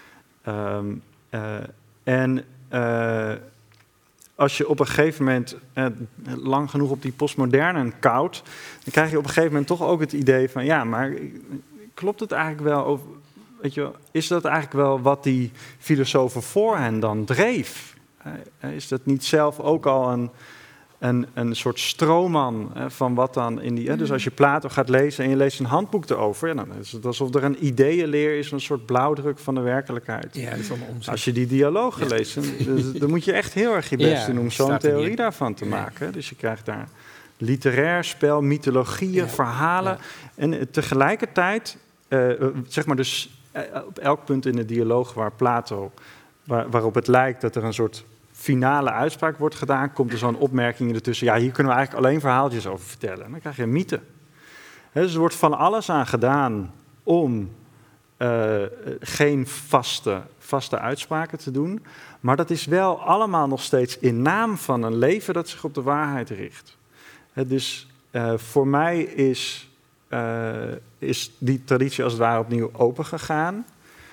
Um, uh, en uh, als je op een gegeven moment eh, lang genoeg op die postmoderne koudt, dan krijg je op een gegeven moment toch ook het idee van, ja, maar klopt het eigenlijk wel, of, weet je, is dat eigenlijk wel wat die filosofen voor hen dan dreef? Eh, is dat niet zelf ook al een, een, een soort stroomman eh, van wat dan in die... Eh, dus als je Plato gaat lezen en je leest een handboek erover, ja, dan is het alsof er een ideeënleer is, een soort blauwdruk van de werkelijkheid. Ja, dat is allemaal onzin. Als je die dialogen ja. leest, dan, dan moet je echt heel erg je best ja, doen om zo'n theorie daarvan te maken. Ja. Dus je krijgt daar literair spel, mythologieën, ja. verhalen. Ja. En uh, tegelijkertijd, uh, zeg maar dus uh, op elk punt in de dialoog waar Plato, waar, waarop het lijkt dat er een soort finale uitspraak wordt gedaan, komt er zo'n opmerking ertussen. Ja, hier kunnen we eigenlijk alleen verhaaltjes over vertellen. En dan krijg je een mythe. He, dus er wordt van alles aan gedaan om uh, geen vaste, vaste uitspraken te doen. Maar dat is wel allemaal nog steeds in naam van een leven dat zich op de waarheid richt. He, dus uh, voor mij is, uh, is die traditie als het ware opnieuw opengegaan.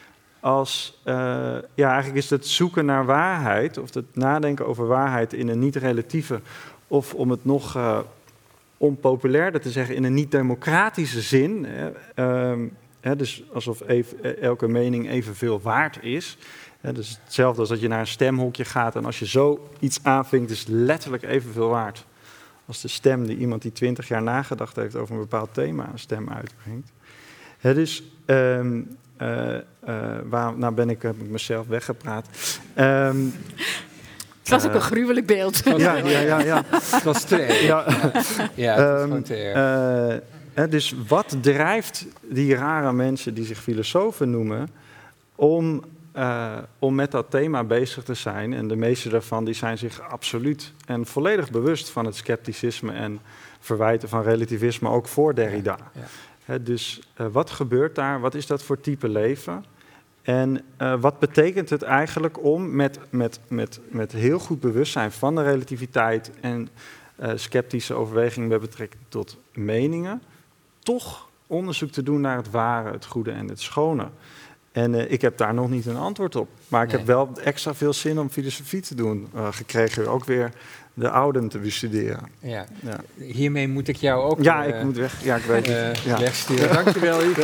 Als, uh, ja, eigenlijk is het zoeken naar waarheid, of het nadenken over waarheid in een niet-relatieve, of om het nog uh, onpopulairder te zeggen, in een niet-democratische zin. Hè, um, hè, dus alsof even, elke mening evenveel waard is. Hè, dus hetzelfde als dat je naar een stemhokje gaat en als je zo iets aanvinkt, is het letterlijk evenveel waard als de stem die iemand die twintig jaar nagedacht heeft over een bepaald thema een stem uitbrengt. Hè, dus... Um, Uh, uh, waar, nou ben ik, heb ik mezelf weggepraat. Um, het was uh, ook een gruwelijk beeld. Ja, ja, ja. ja. Het was te erg. Ja, ja het was um, gewoon te erg. Uh, uh, dus wat drijft die rare mensen die zich filosofen noemen om, uh, om met dat thema bezig te zijn? En de meeste daarvan die zijn zich absoluut en volledig bewust van het scepticisme en verwijten van relativisme, ook voor Derrida. Ja, ja. He, dus uh, wat gebeurt daar? Wat is dat voor type leven? En uh, wat betekent het eigenlijk om met, met, met, met heel goed bewustzijn van de relativiteit en uh, sceptische overwegingen met betrekking tot meningen, toch onderzoek te doen naar het ware, het goede en het schone? En uh, ik heb daar nog niet een antwoord op. Maar ik nee. heb wel extra veel zin om filosofie te doen uh, gekregen. Ook weer de ouden te bestuderen. Ja. Ja. Hiermee moet ik jou ook ja, uh, ik moet weg. Ja, ik weet uh, het. Ja. wegsturen. Dankjewel, Ivo.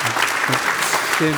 Tim.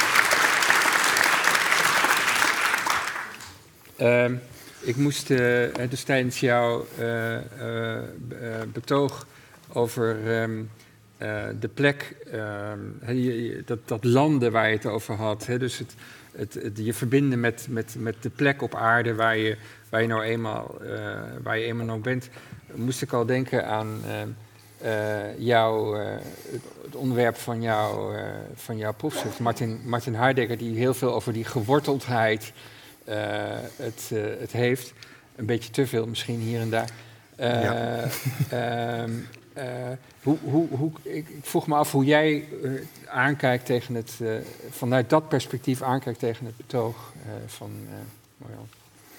Uh, ik moest uh, dus tijdens jouw uh, uh, betoog over um, uh, de plek, uh, dat, dat landen waar je het over had, hè, dus het, het, het je verbinden met, met, met de plek op aarde waar je, waar je nou eenmaal, uh, waar je eenmaal nog bent, moest ik al denken aan uh, uh, jouw, uh, het onderwerp van, jou, uh, van jouw proefschrift, Martin, Martin Heidegger, die heel veel over die geworteldheid uh, het, uh, het heeft. Een beetje te veel misschien hier en daar. Uh, ja. uh, uh, hoe, hoe, hoe, ik, ik vroeg me af hoe jij uh, aankijkt tegen het, uh, vanuit dat perspectief aankijkt tegen het betoog uh, van uh, Marjan.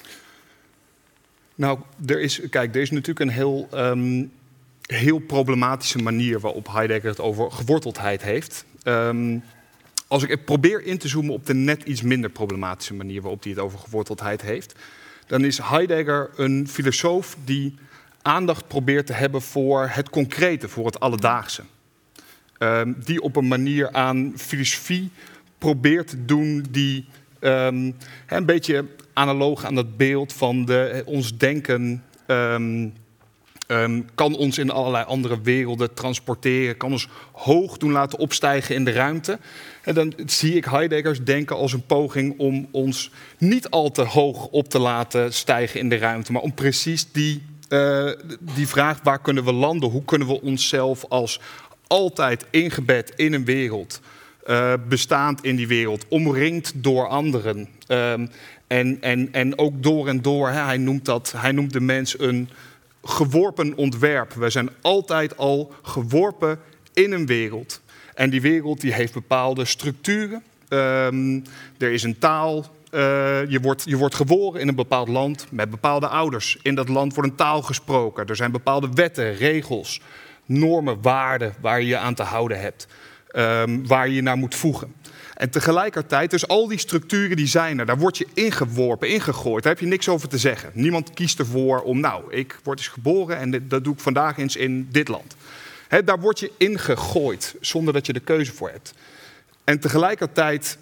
Nou, er is, kijk, er is natuurlijk een heel, um, heel problematische manier waarop Heidegger het over geworteldheid heeft. Um, als ik probeer in te zoomen op de net iets minder problematische manier waarop hij het over geworteldheid heeft, dan is Heidegger een filosoof die aandacht probeert te hebben voor het concrete, voor het alledaagse. Um, die op een manier aan filosofie probeert te doen die um, een beetje analoog aan dat beeld van de, ons denken um, um, kan ons in allerlei andere werelden transporteren, kan ons hoog doen laten opstijgen in de ruimte. En dan zie ik Heideggers denken als een poging om ons niet al te hoog op te laten stijgen in de ruimte, maar om precies die, uh, die vraag waar kunnen we landen, hoe kunnen we onszelf als altijd ingebed in een wereld, uh, bestaand in die wereld, omringd door anderen. Um, en, en, en ook door en door, hè, hij, noemt dat, hij noemt de mens een geworpen ontwerp. We zijn altijd al geworpen in een wereld. En die wereld die heeft bepaalde structuren. Um, er is een taal. Uh, je, wordt, je wordt geboren in een bepaald land met bepaalde ouders. In dat land wordt een taal gesproken. Er zijn bepaalde wetten, regels, normen, waarden waar je je aan te houden hebt. Um, waar je je naar moet voegen. En tegelijkertijd, dus al die structuren die zijn er, daar word je ingeworpen, ingegooid. Daar heb je niks over te zeggen. Niemand kiest ervoor om, nou, ik word eens geboren en dit, dat doe ik vandaag eens in dit land. He, daar word je ingegooid, zonder dat je er keuze voor hebt. En tegelijkertijd,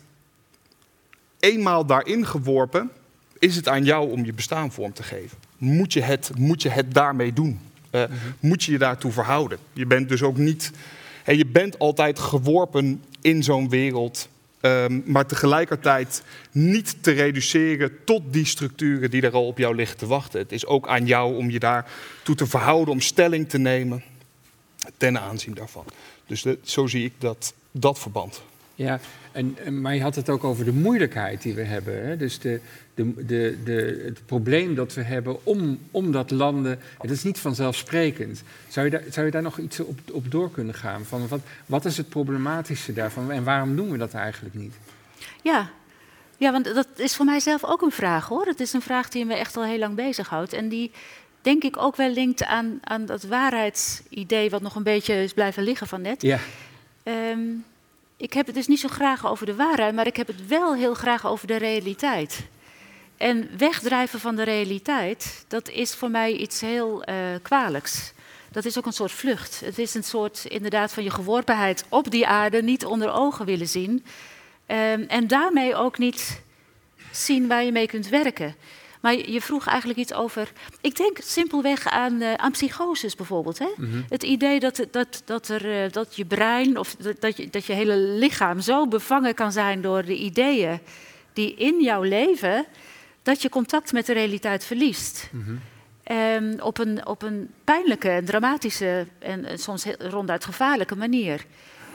eenmaal daarin geworpen, is het aan jou om je bestaan vorm te geven. Moet je het, moet je het daarmee doen? Uh, mm-hmm. Moet je je daartoe verhouden? Je bent dus ook niet... He, je bent altijd geworpen in zo'n wereld, um, maar tegelijkertijd niet te reduceren tot die structuren die er al op jou liggen te wachten. Het is ook aan jou om je daartoe te verhouden, om stelling te nemen ten aanzien daarvan. Dus de, zo zie ik dat, dat verband. Ja, en, maar je had het ook over de moeilijkheid die we hebben. Hè? Dus de, de, de, de, het probleem dat we hebben om, om dat landen, het is niet vanzelfsprekend. Zou je daar, zou je daar nog iets op, op door kunnen gaan? Van wat, wat is het problematische daarvan en waarom doen we dat eigenlijk niet? Ja. ja, want dat is voor mij zelf ook een vraag, hoor. Het is een vraag die me echt al heel lang bezighoudt. En die, denk ik, ook wel linkt aan, aan dat waarheidsidee wat nog een beetje is blijven liggen van net. Ja. Um, Ik heb het dus niet zo graag over de waarheid, maar ik heb het wel heel graag over de realiteit. En wegdrijven van de realiteit, dat is voor mij iets heel uh, kwalijks. Dat is ook een soort vlucht. Het is een soort, inderdaad, van je geworpenheid op die aarde niet onder ogen willen zien. Um, en daarmee ook niet zien waar je mee kunt werken. Maar je vroeg eigenlijk iets over... Ik denk simpelweg aan, uh, aan psychoses bijvoorbeeld. Hè? Mm-hmm. Het idee dat, dat, dat, er, uh, dat je brein of dat, dat, je, dat je hele lichaam zo bevangen kan zijn door de ideeën die in jouw leven, dat je contact met de realiteit verliest. Mm-hmm. Um, op, een, op een pijnlijke, dramatische en soms heel, ronduit gevaarlijke manier.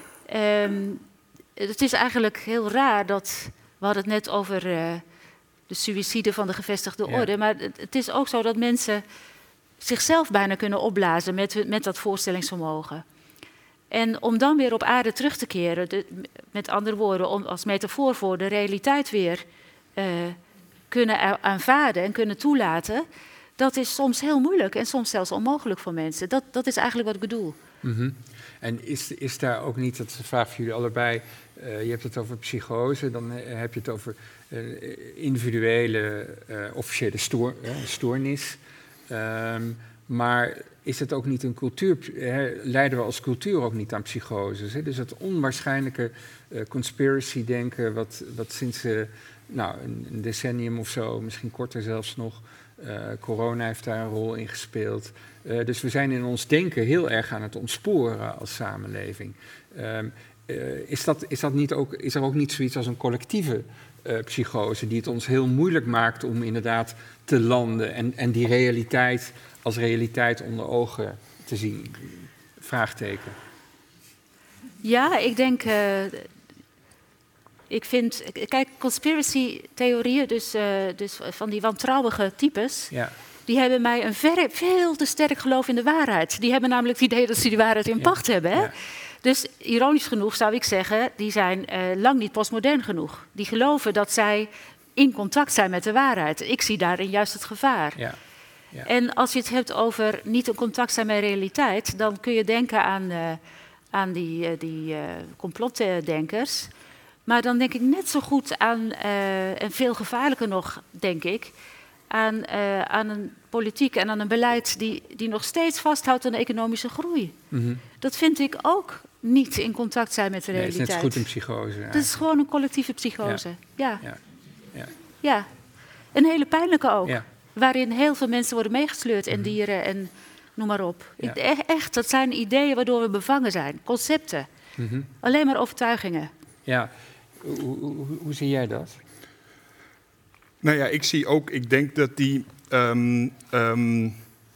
Um, het is eigenlijk heel raar dat... We hadden het net over... Uh, de suïcide van de gevestigde orde. Ja. Maar het is ook zo dat mensen zichzelf bijna kunnen opblazen met, met dat voorstellingsvermogen. En om dan weer op aarde terug te keren, de, met andere woorden, om als metafoor voor de realiteit weer uh, kunnen aanvaarden en kunnen toelaten, dat is soms heel moeilijk en soms zelfs onmogelijk voor mensen. Dat, dat is eigenlijk wat ik bedoel. Mm-hmm. En is, is daar ook niet, dat is een vraag voor jullie allebei, uh, je hebt het over psychose, dan heb je het over uh, individuele, uh, officiële stoor, uh, stoornis. Um, maar is het ook niet een cultuur, hè, leiden we als cultuur ook niet aan psychoses? Hè? Dus dat onwaarschijnlijke uh, conspiracy-denken, wat, wat sinds uh, nou, een, een decennium of zo, misschien korter zelfs nog, uh, corona heeft daar een rol in gespeeld. Uh, dus we zijn in ons denken heel erg aan het ontsporen als samenleving. Um, uh, is, dat, is, dat niet ook, is er ook niet zoiets als een collectieve uh, psychose die het ons heel moeilijk maakt om inderdaad te landen en, en die realiteit als realiteit onder ogen te zien? Vraagteken. Ja, ik denk... Uh, ik vind... Kijk, conspiracy-theorieën, dus, uh, dus van die wantrouwige types... Ja. die hebben mij een verre, veel te sterk geloof in de waarheid. Die hebben namelijk het idee dat ze die waarheid in pacht ja. hebben. Hè? Ja. Dus ironisch genoeg zou ik zeggen, die zijn uh, lang niet postmodern genoeg. Die geloven dat zij in contact zijn met de waarheid. Ik zie daarin juist het gevaar. Ja. Ja. En als je het hebt over niet in contact zijn met realiteit, dan kun je denken aan, uh, aan die, uh, die uh, complotdenkers. Maar dan denk ik net zo goed aan, uh, en veel gevaarlijker nog, denk ik, aan, uh, aan een politiek en aan een beleid die, die nog steeds vasthoudt aan de economische groei. Mm-hmm. Dat vind ik ook niet in contact zijn met de nee, realiteit. Het is net zo goed een psychose. Dat is gewoon een collectieve psychose. Ja. Ja. Ja. Ja. ja. Een hele pijnlijke ook. Ja. Waarin heel veel mensen worden meegesleurd en mm-hmm. dieren en noem maar op. Ja. Ik, echt, dat zijn ideeën waardoor we bevangen zijn. Concepten. Mm-hmm. Alleen maar overtuigingen. Ja. Hoe, hoe, hoe zie jij dat? Nou ja, ik zie ook, ik denk dat die, um, um,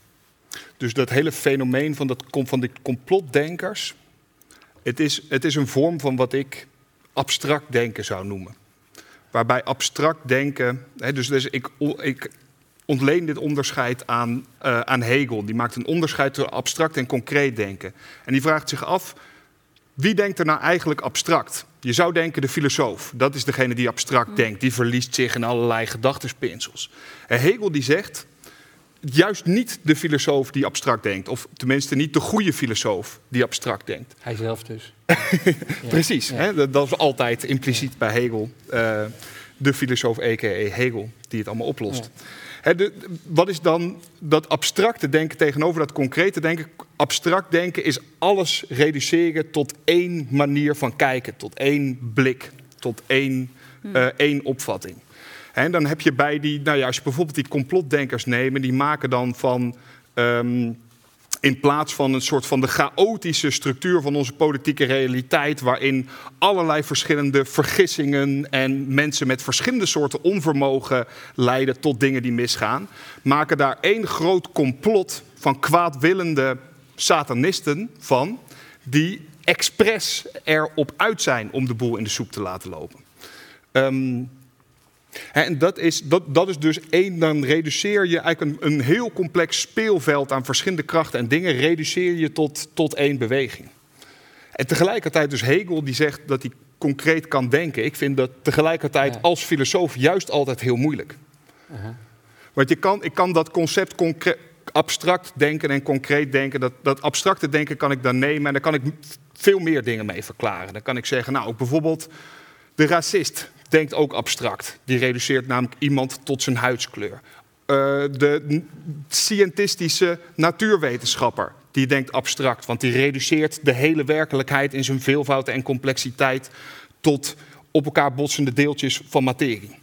dus dat hele fenomeen van, dat, van die complotdenkers, het is, het is een vorm van wat ik abstract denken zou noemen. Waarbij abstract denken, hè, dus, dus ik, ik ontleen dit onderscheid aan, uh, aan Hegel. Die maakt een onderscheid tussen abstract en concreet denken. En die vraagt zich af, wie denkt er nou eigenlijk abstract? Je zou denken de filosoof, dat is degene die abstract mm. denkt. Die verliest zich in allerlei gedachtenspinsels. En Hegel die zegt, juist niet de filosoof die abstract denkt. Of tenminste niet de goede filosoof die abstract denkt. Hij zelf dus. Precies, ja. Hè? Dat, dat is altijd impliciet ja. bij Hegel. Uh, de filosoof, a k a. Hegel, die het allemaal oplost. Ja. He, de, wat is dan dat abstracte denken tegenover dat concrete denken? Abstract denken is alles reduceren tot één manier van kijken, tot één blik, tot één, hmm. uh, één opvatting. En dan heb je bij die, nou ja, als je bijvoorbeeld die complotdenkers neemt, die maken dan van, um, in plaats van een soort van de chaotische structuur van onze politieke realiteit, waarin allerlei verschillende vergissingen en mensen met verschillende soorten onvermogen leiden tot dingen die misgaan, maken daar één groot complot van kwaadwillende satanisten van, die expres erop uit zijn om de boel in de soep te laten lopen. Um, En dat is, dat, dat is dus één, dan reduceer je eigenlijk een, een heel complex speelveld aan verschillende krachten en dingen, reduceer je tot, tot één beweging. En tegelijkertijd dus Hegel die zegt dat hij concreet kan denken. Ik vind dat tegelijkertijd ja. als filosoof juist altijd heel moeilijk. Uh-huh. Want je kan, ik kan dat concept concre- abstract denken en concreet denken, dat, dat abstracte denken kan ik dan nemen en daar kan ik veel meer dingen mee verklaren. Dan kan ik zeggen, nou bijvoorbeeld de racist denkt ook abstract. Die reduceert namelijk iemand tot zijn huidskleur. Uh, de scientistische natuurwetenschapper, die denkt abstract. Want die reduceert de hele werkelijkheid in zijn veelvoud en complexiteit tot op elkaar botsende deeltjes van materie.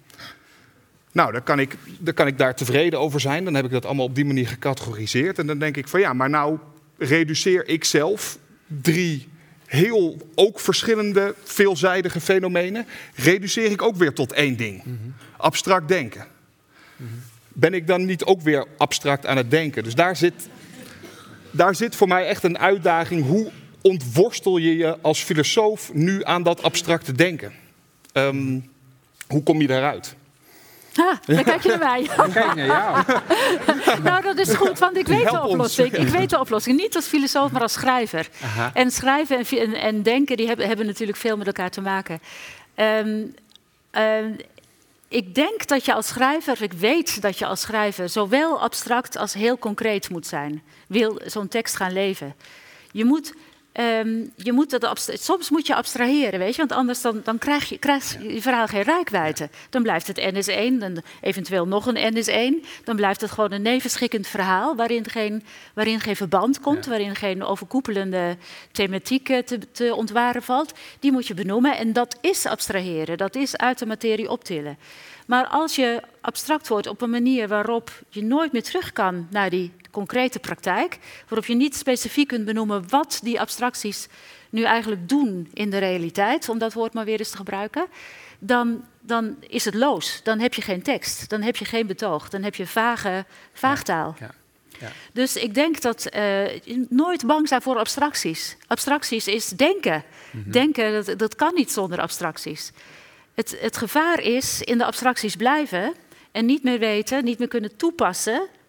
Nou, dan kan ik, dan kan ik daar tevreden over zijn. Dan heb ik dat allemaal op die manier gecategoriseerd. En dan denk ik van ja, maar nou reduceer ik zelf drie heel ook verschillende, veelzijdige fenomenen, reduceer ik ook weer tot één ding. Mm-hmm. Abstract denken. Mm-hmm. Ben ik dan niet ook weer abstract aan het denken? Dus daar zit, daar zit voor mij echt een uitdaging. Hoe ontworstel je je als filosoof nu aan dat abstracte denken? Um, hoe kom je daaruit? Ah, dan kijk je naar mij. Kijk naar jou. Nou, dat is goed, want ik weet de oplossing. Ik weet de oplossing. Niet als filosoof, maar als schrijver. Aha. En schrijven en, en, en denken, die hebben, hebben natuurlijk veel met elkaar te maken. Um, um, ik denk dat je als schrijver, ik weet dat je als schrijver zowel abstract als heel concreet moet zijn. Wil zo'n tekst gaan leven. Je moet... Um, je moet dat abstra- soms moet je abstraheren, weet je, want anders dan, dan krijg je, krijgt je verhaal geen reikwijdte. Dan blijft het N is één, dan eventueel nog een N is één. Dan blijft het gewoon een nevenschikkend verhaal waarin geen, waarin geen verband komt, ja. waarin geen overkoepelende thematiek te, te ontwaren valt. Die moet je benoemen en dat is abstraheren, dat is uit de materie optillen. Maar als je abstract wordt op een manier waarop je nooit meer terug kan naar die concrete praktijk, waarop je niet specifiek kunt benoemen wat die abstracties nu eigenlijk doen in de realiteit, om dat woord maar weer eens te gebruiken, dan, dan is het loos. Dan heb je geen tekst, dan heb je geen betoog, dan heb je vage vaagtaal. Ja, ja, ja. Dus ik denk dat uh, nooit bang zijn voor abstracties. Abstracties is denken. Mm-hmm. Denken, dat, dat kan niet zonder abstracties. Het, het gevaar is in de abstracties blijven en niet meer weten, niet meer kunnen toepassen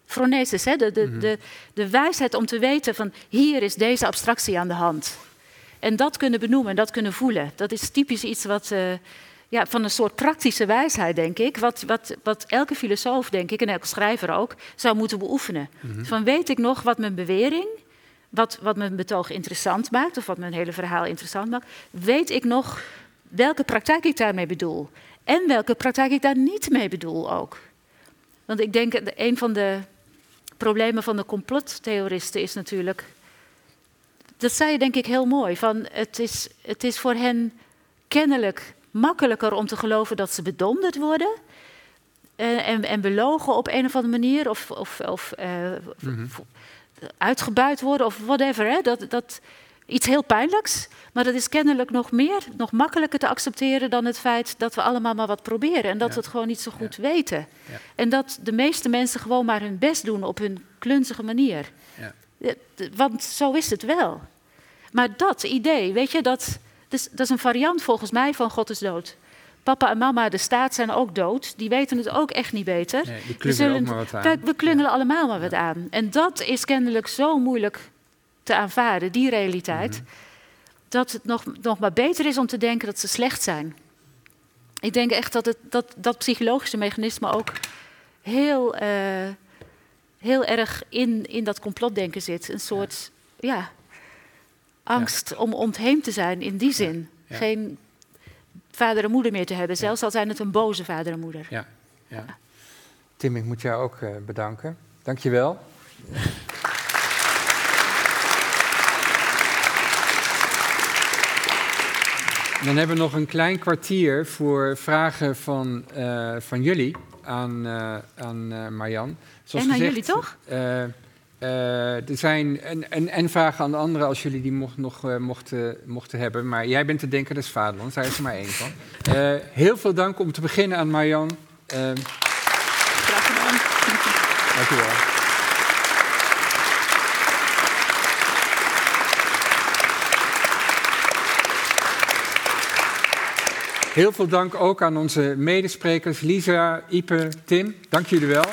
Phronesis, hè? De, de, mm-hmm. de, de wijsheid om te weten van hier is deze abstractie aan de hand. En dat kunnen benoemen en dat kunnen voelen. Dat is typisch iets wat, uh, ja, van een soort praktische wijsheid, denk ik. Wat, wat, wat elke filosoof, denk ik, en elke schrijver ook, zou moeten beoefenen. Mm-hmm. Van weet ik nog wat mijn bewering, wat, wat mijn betoog interessant maakt, of wat mijn hele verhaal interessant maakt. Weet ik nog welke praktijk ik daarmee bedoel. En welke praktijk ik daar niet mee bedoel ook. Want ik denk, een van de problemen van de complottheoristen is natuurlijk... Dat zei je denk ik heel mooi. Van het, is, het is voor hen kennelijk makkelijker om te geloven dat ze bedonderd worden... Uh, en, en belogen op een of andere manier, of, of, of uh, mm-hmm. uitgebuit worden, of whatever. Hè? Dat, dat, iets heel pijnlijks, maar dat is kennelijk nog meer, nog makkelijker te accepteren dan het feit dat we allemaal maar wat proberen en dat ja. we het gewoon niet zo goed ja. weten. Ja. En dat de meeste mensen gewoon maar hun best doen op hun klunzige manier. Ja. Want zo is het wel. Maar dat idee, weet je, dat, dat, is, dat is een variant volgens mij van God is dood. Papa en mama, de staat, zijn ook dood. Die weten het ook echt niet beter. Nee, we klungelen ook maar wat aan. We, we klungelen ja. allemaal maar wat ja. aan. En dat is kennelijk zo moeilijk te aanvaarden, die realiteit, mm-hmm. dat het nog, nog maar beter is om te denken dat ze slecht zijn. Ik denk echt dat het, dat, dat psychologische mechanisme ook heel, uh, heel erg in, in dat complotdenken zit. Een soort ja. Ja, angst ja. om ontheemd te zijn in die zin. Ja. Ja. Geen vader en moeder meer te hebben, zelfs ja. al zijn het een boze vader en moeder. Ja. Ja. Tim, ik moet jou ook uh, bedanken. Dank je wel. Dan hebben we nog een klein kwartier voor vragen van, uh, van jullie aan, uh, aan uh, Marjan. Zoals en aan gezegd, jullie toch? Uh, uh, er zijn en, en, en vragen aan de anderen als jullie die mocht, nog uh, mochten, mochten hebben. Maar jij bent de denker des vaderlands, daar is er maar één van. Uh, heel veel dank om te beginnen aan Marjan. Uh, Graag gedaan. Dank je wel. Heel veel dank ook aan onze medesprekers Lisa, Ipe, Tim. Dank jullie wel.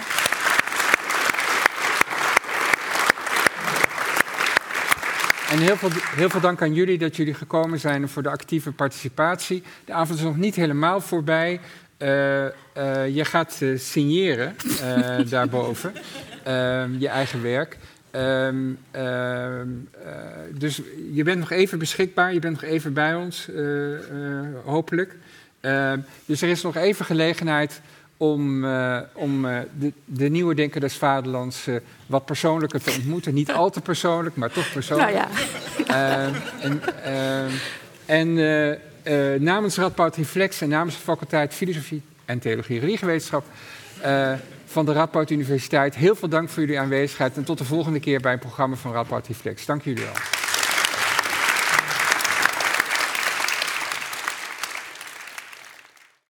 En heel veel, heel veel dank aan jullie dat jullie gekomen zijn voor de actieve participatie. De avond is nog niet helemaal voorbij. Uh, uh, je gaat uh, signeren uh, daarboven, uh, je eigen werk. Um, uh, uh, dus je bent nog even beschikbaar, je bent nog even bij ons, uh, uh, hopelijk. Uh, dus er is nog even gelegenheid om, uh, om uh, de, de nieuwe denker des vaderlands uh, wat persoonlijker te ontmoeten. Niet al te persoonlijk, maar toch persoonlijk. Nou ja. uh, en uh, en uh, uh, namens Radboud Reflex en namens de faculteit Filosofie en Theologie en Religiewetenschap uh, van de Radboud Universiteit heel veel dank voor jullie aanwezigheid en tot de volgende keer bij een programma van Radboud Reflex. Dank jullie wel.